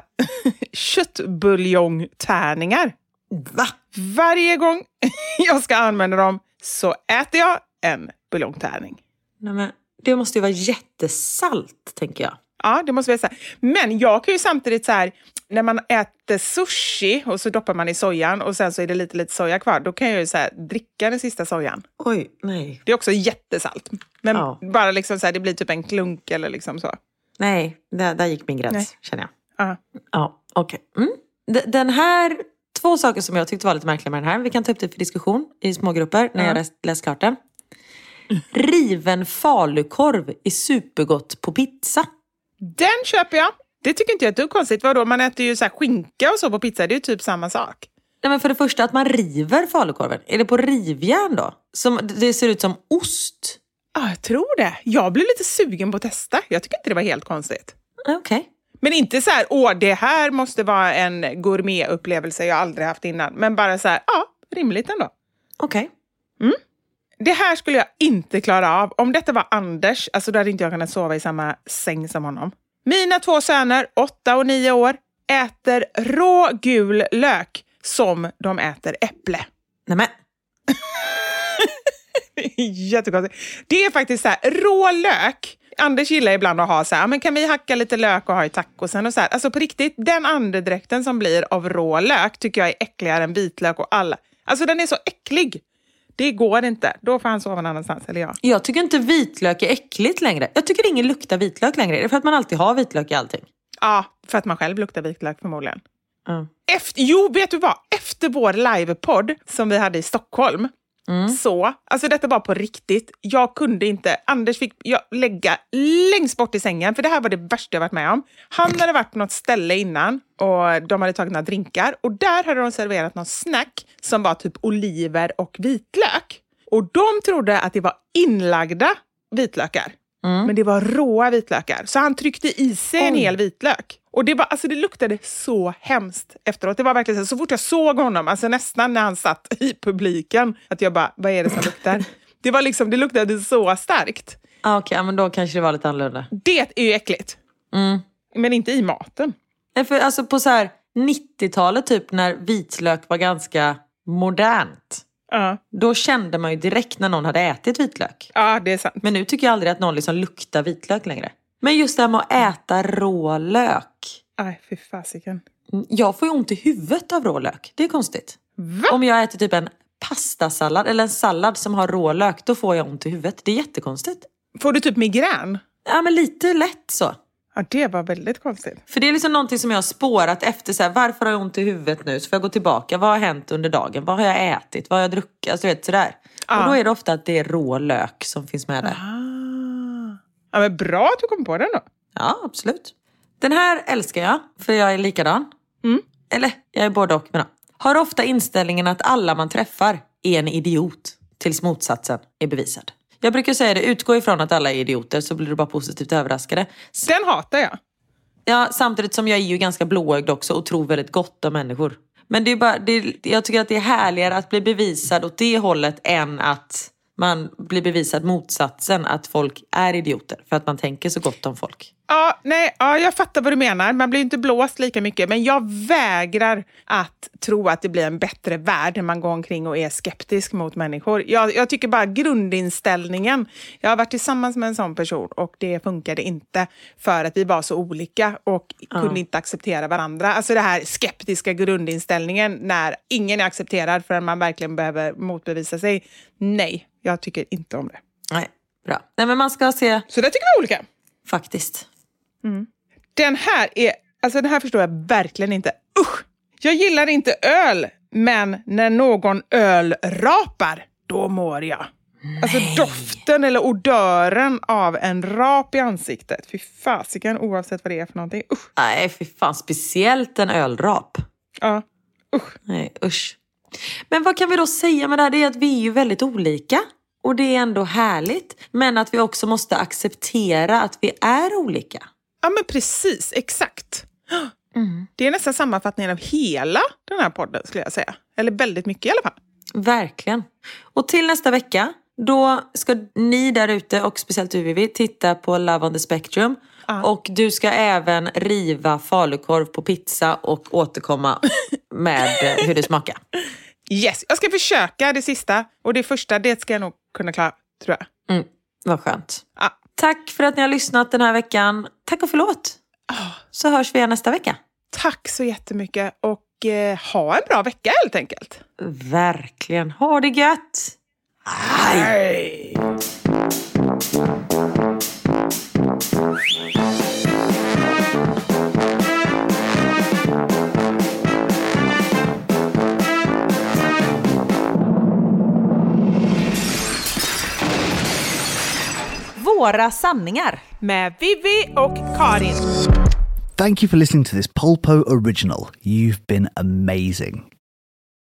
köttbuljongtärningar. Va? Varje gång jag ska använda dem så äter jag en buljongtärning. Nej, men det måste ju vara jättesalt, tänker jag. Ja, det måste vara så här. Men jag kan ju samtidigt så här, när man äter sushi och så doppar man i sojan och sen så är det lite soja kvar, då kan jag ju så här dricka den sista sojan. Oj, nej. Det är också jättesalt. Men bara liksom så här, det blir typ en klunk eller liksom så. Nej, där gick min gräns, känner jag. Ja, okej. Den här, 2 saker som jag tyckte var lite märkliga med den här. Vi kan ta upp det för diskussion i smågrupper när jag läst klart den. Riven falukorv är supergott på pizza. Den köper jag. Det tycker inte jag är konstigt. Vadå? Man äter ju så här skinka och så på pizza. Det är ju typ samma sak. Nej, men för det första att man river falukorven. Är det på rivjärn då? Det ser ut som ost. Ja, jag tror det. Jag blev lite sugen på att testa. Jag tycker inte det var helt konstigt. Okej. Men inte så här, det här måste vara en gourmetupplevelse jag aldrig haft innan. Men bara så här, rimligt ändå. Okej. Det här skulle jag inte klara av. Om detta var Anders, alltså då hade inte jag kunnat sova i samma säng som honom. Mina 2 söner, 8 och 9 år, äter rå gul lök som de äter äpple. Nämen. Jättekonstigt. Det är faktiskt så här, rå lök. Anders gillar ibland att ha så här, men kan vi hacka lite lök och ha i tacosen och så här. Alltså på riktigt, den andedräkten som blir av rå lök tycker jag är äckligare än vitlök och alla. Alltså den är så äcklig. Det går inte. Då får han sova någon annanstans, eller jag. Jag tycker inte vitlök är äckligt längre. Jag tycker ingen luktar vitlök längre. Det är för att man alltid har vitlök i allting. Ja, för att man själv luktar vitlök förmodligen. Mm. Vet du vad? Efter vår livepodd som vi hade i Stockholm, så, alltså detta var på riktigt. Jag kunde inte, Anders fick jag lägga längst bort i sängen, för det här var det värsta jag varit med om. Han hade varit på något ställe innan och de hade tagit några drinkar och där hade de serverat någon snack som var typ oliver och vitlök. Och de trodde att det var inlagda vitlökar. Men det var råa vitlökar. Så han tryckte i sig en hel vitlök. Och det var, alltså det luktade så hemskt efteråt. Det var verkligen så fort jag såg honom, alltså nästan när han satt i publiken, att jag bara, vad är det som luktar? Det var liksom, det luktade så starkt. Okej, men då kanske det var lite annorlunda. Det är ju äckligt. Men inte i maten. Nej, för alltså på så här 90-talet typ när vitlök var ganska modernt. Då kände man ju direkt när någon hade ätit vitlök. Ja, det är sant. Men nu tycker jag aldrig att någon liksom luktar vitlök längre. Men just det här med att äta rålök. Aj, fy fasiken. Jag får ju ont i huvudet av rålök. Det är konstigt. Va? Om jag äter typ en pastasallad eller en sallad som har rålök, då får jag ont i huvudet. Det är jättekonstigt. Får du typ migrän? Ja, men lite lätt så. Ja, det var väldigt konstigt. För det är liksom någonting som jag har spårat efter. Så här, varför har jag ont i huvudet nu? Så får jag gå tillbaka. Vad har hänt under dagen? Vad har jag ätit? Vad har jag druckit? Alltså, vet, sådär. Och då är det ofta att det är rålök som finns med där. Ja, men bra att du kom på den då. Ja, absolut. Den här älskar jag, för jag är likadan. Eller, jag är både och. Men har ofta inställningen att alla man träffar är en idiot tills motsatsen är bevisad. Jag brukar säga det, utgå ifrån att alla är idioter så blir du bara positivt överraskade. Den hatar jag. Ja, samtidigt som jag är ju ganska blåögd också och tror väldigt gott om människor. Men det är bara, jag tycker att det är härligare att bli bevisad åt det hållet än att man blir bevisad motsatsen, att folk är idioter för att man tänker så gott om folk. Ja, jag fattar vad du menar. Man blir inte blåst lika mycket. Men jag vägrar att tro att det blir en bättre värld när man går omkring och är skeptisk mot människor. Jag tycker bara grundinställningen. Jag har varit tillsammans med en sån person och det funkade inte för att vi var så olika och kunde inte acceptera varandra. Alltså det här skeptiska grundinställningen när ingen är accepterad förrän man verkligen behöver motbevisa sig. Nej, jag tycker inte om det. Nej, bra. Nej, men man ska se... Så det tycker vi olika. Faktiskt. Den här förstår jag verkligen inte. Usch! Jag gillar inte öl, men när någon ölrapar, då mår jag. Alltså doften eller odören av en rap i ansiktet. Fy fasiken, oavsett vad det är för någonting. Usch. Nej, fy fan. Speciellt en ölrap. Ja, usch. Nej, usch. Men vad kan vi då säga med det här? Det är att vi är ju väldigt olika. Och det är ändå härligt. Men att vi också måste acceptera att vi är olika. Ja, men precis. Exakt. Det är nästan sammanfattningen av hela den här podden, skulle jag säga. Eller väldigt mycket i alla fall. Verkligen. Och till nästa vecka, då ska ni där ute och speciellt du, Vivi, titta på Love on the Spectrum. Och du ska även riva falukorv på pizza och återkomma med hur det smakar. Yes, jag ska försöka det sista. Och det första, det ska jag nog kunna klara, tror jag. Vad skönt. Tack för att ni har lyssnat den här veckan. Tack och förlåt. Så hörs vi igen nästa vecka. Tack så jättemycket och ha en bra vecka helt enkelt. Verkligen. Ha det gött. Hej. Våra sanningar med Vivi och Karin. Thank you for listening to this Polpo original. You've been amazing.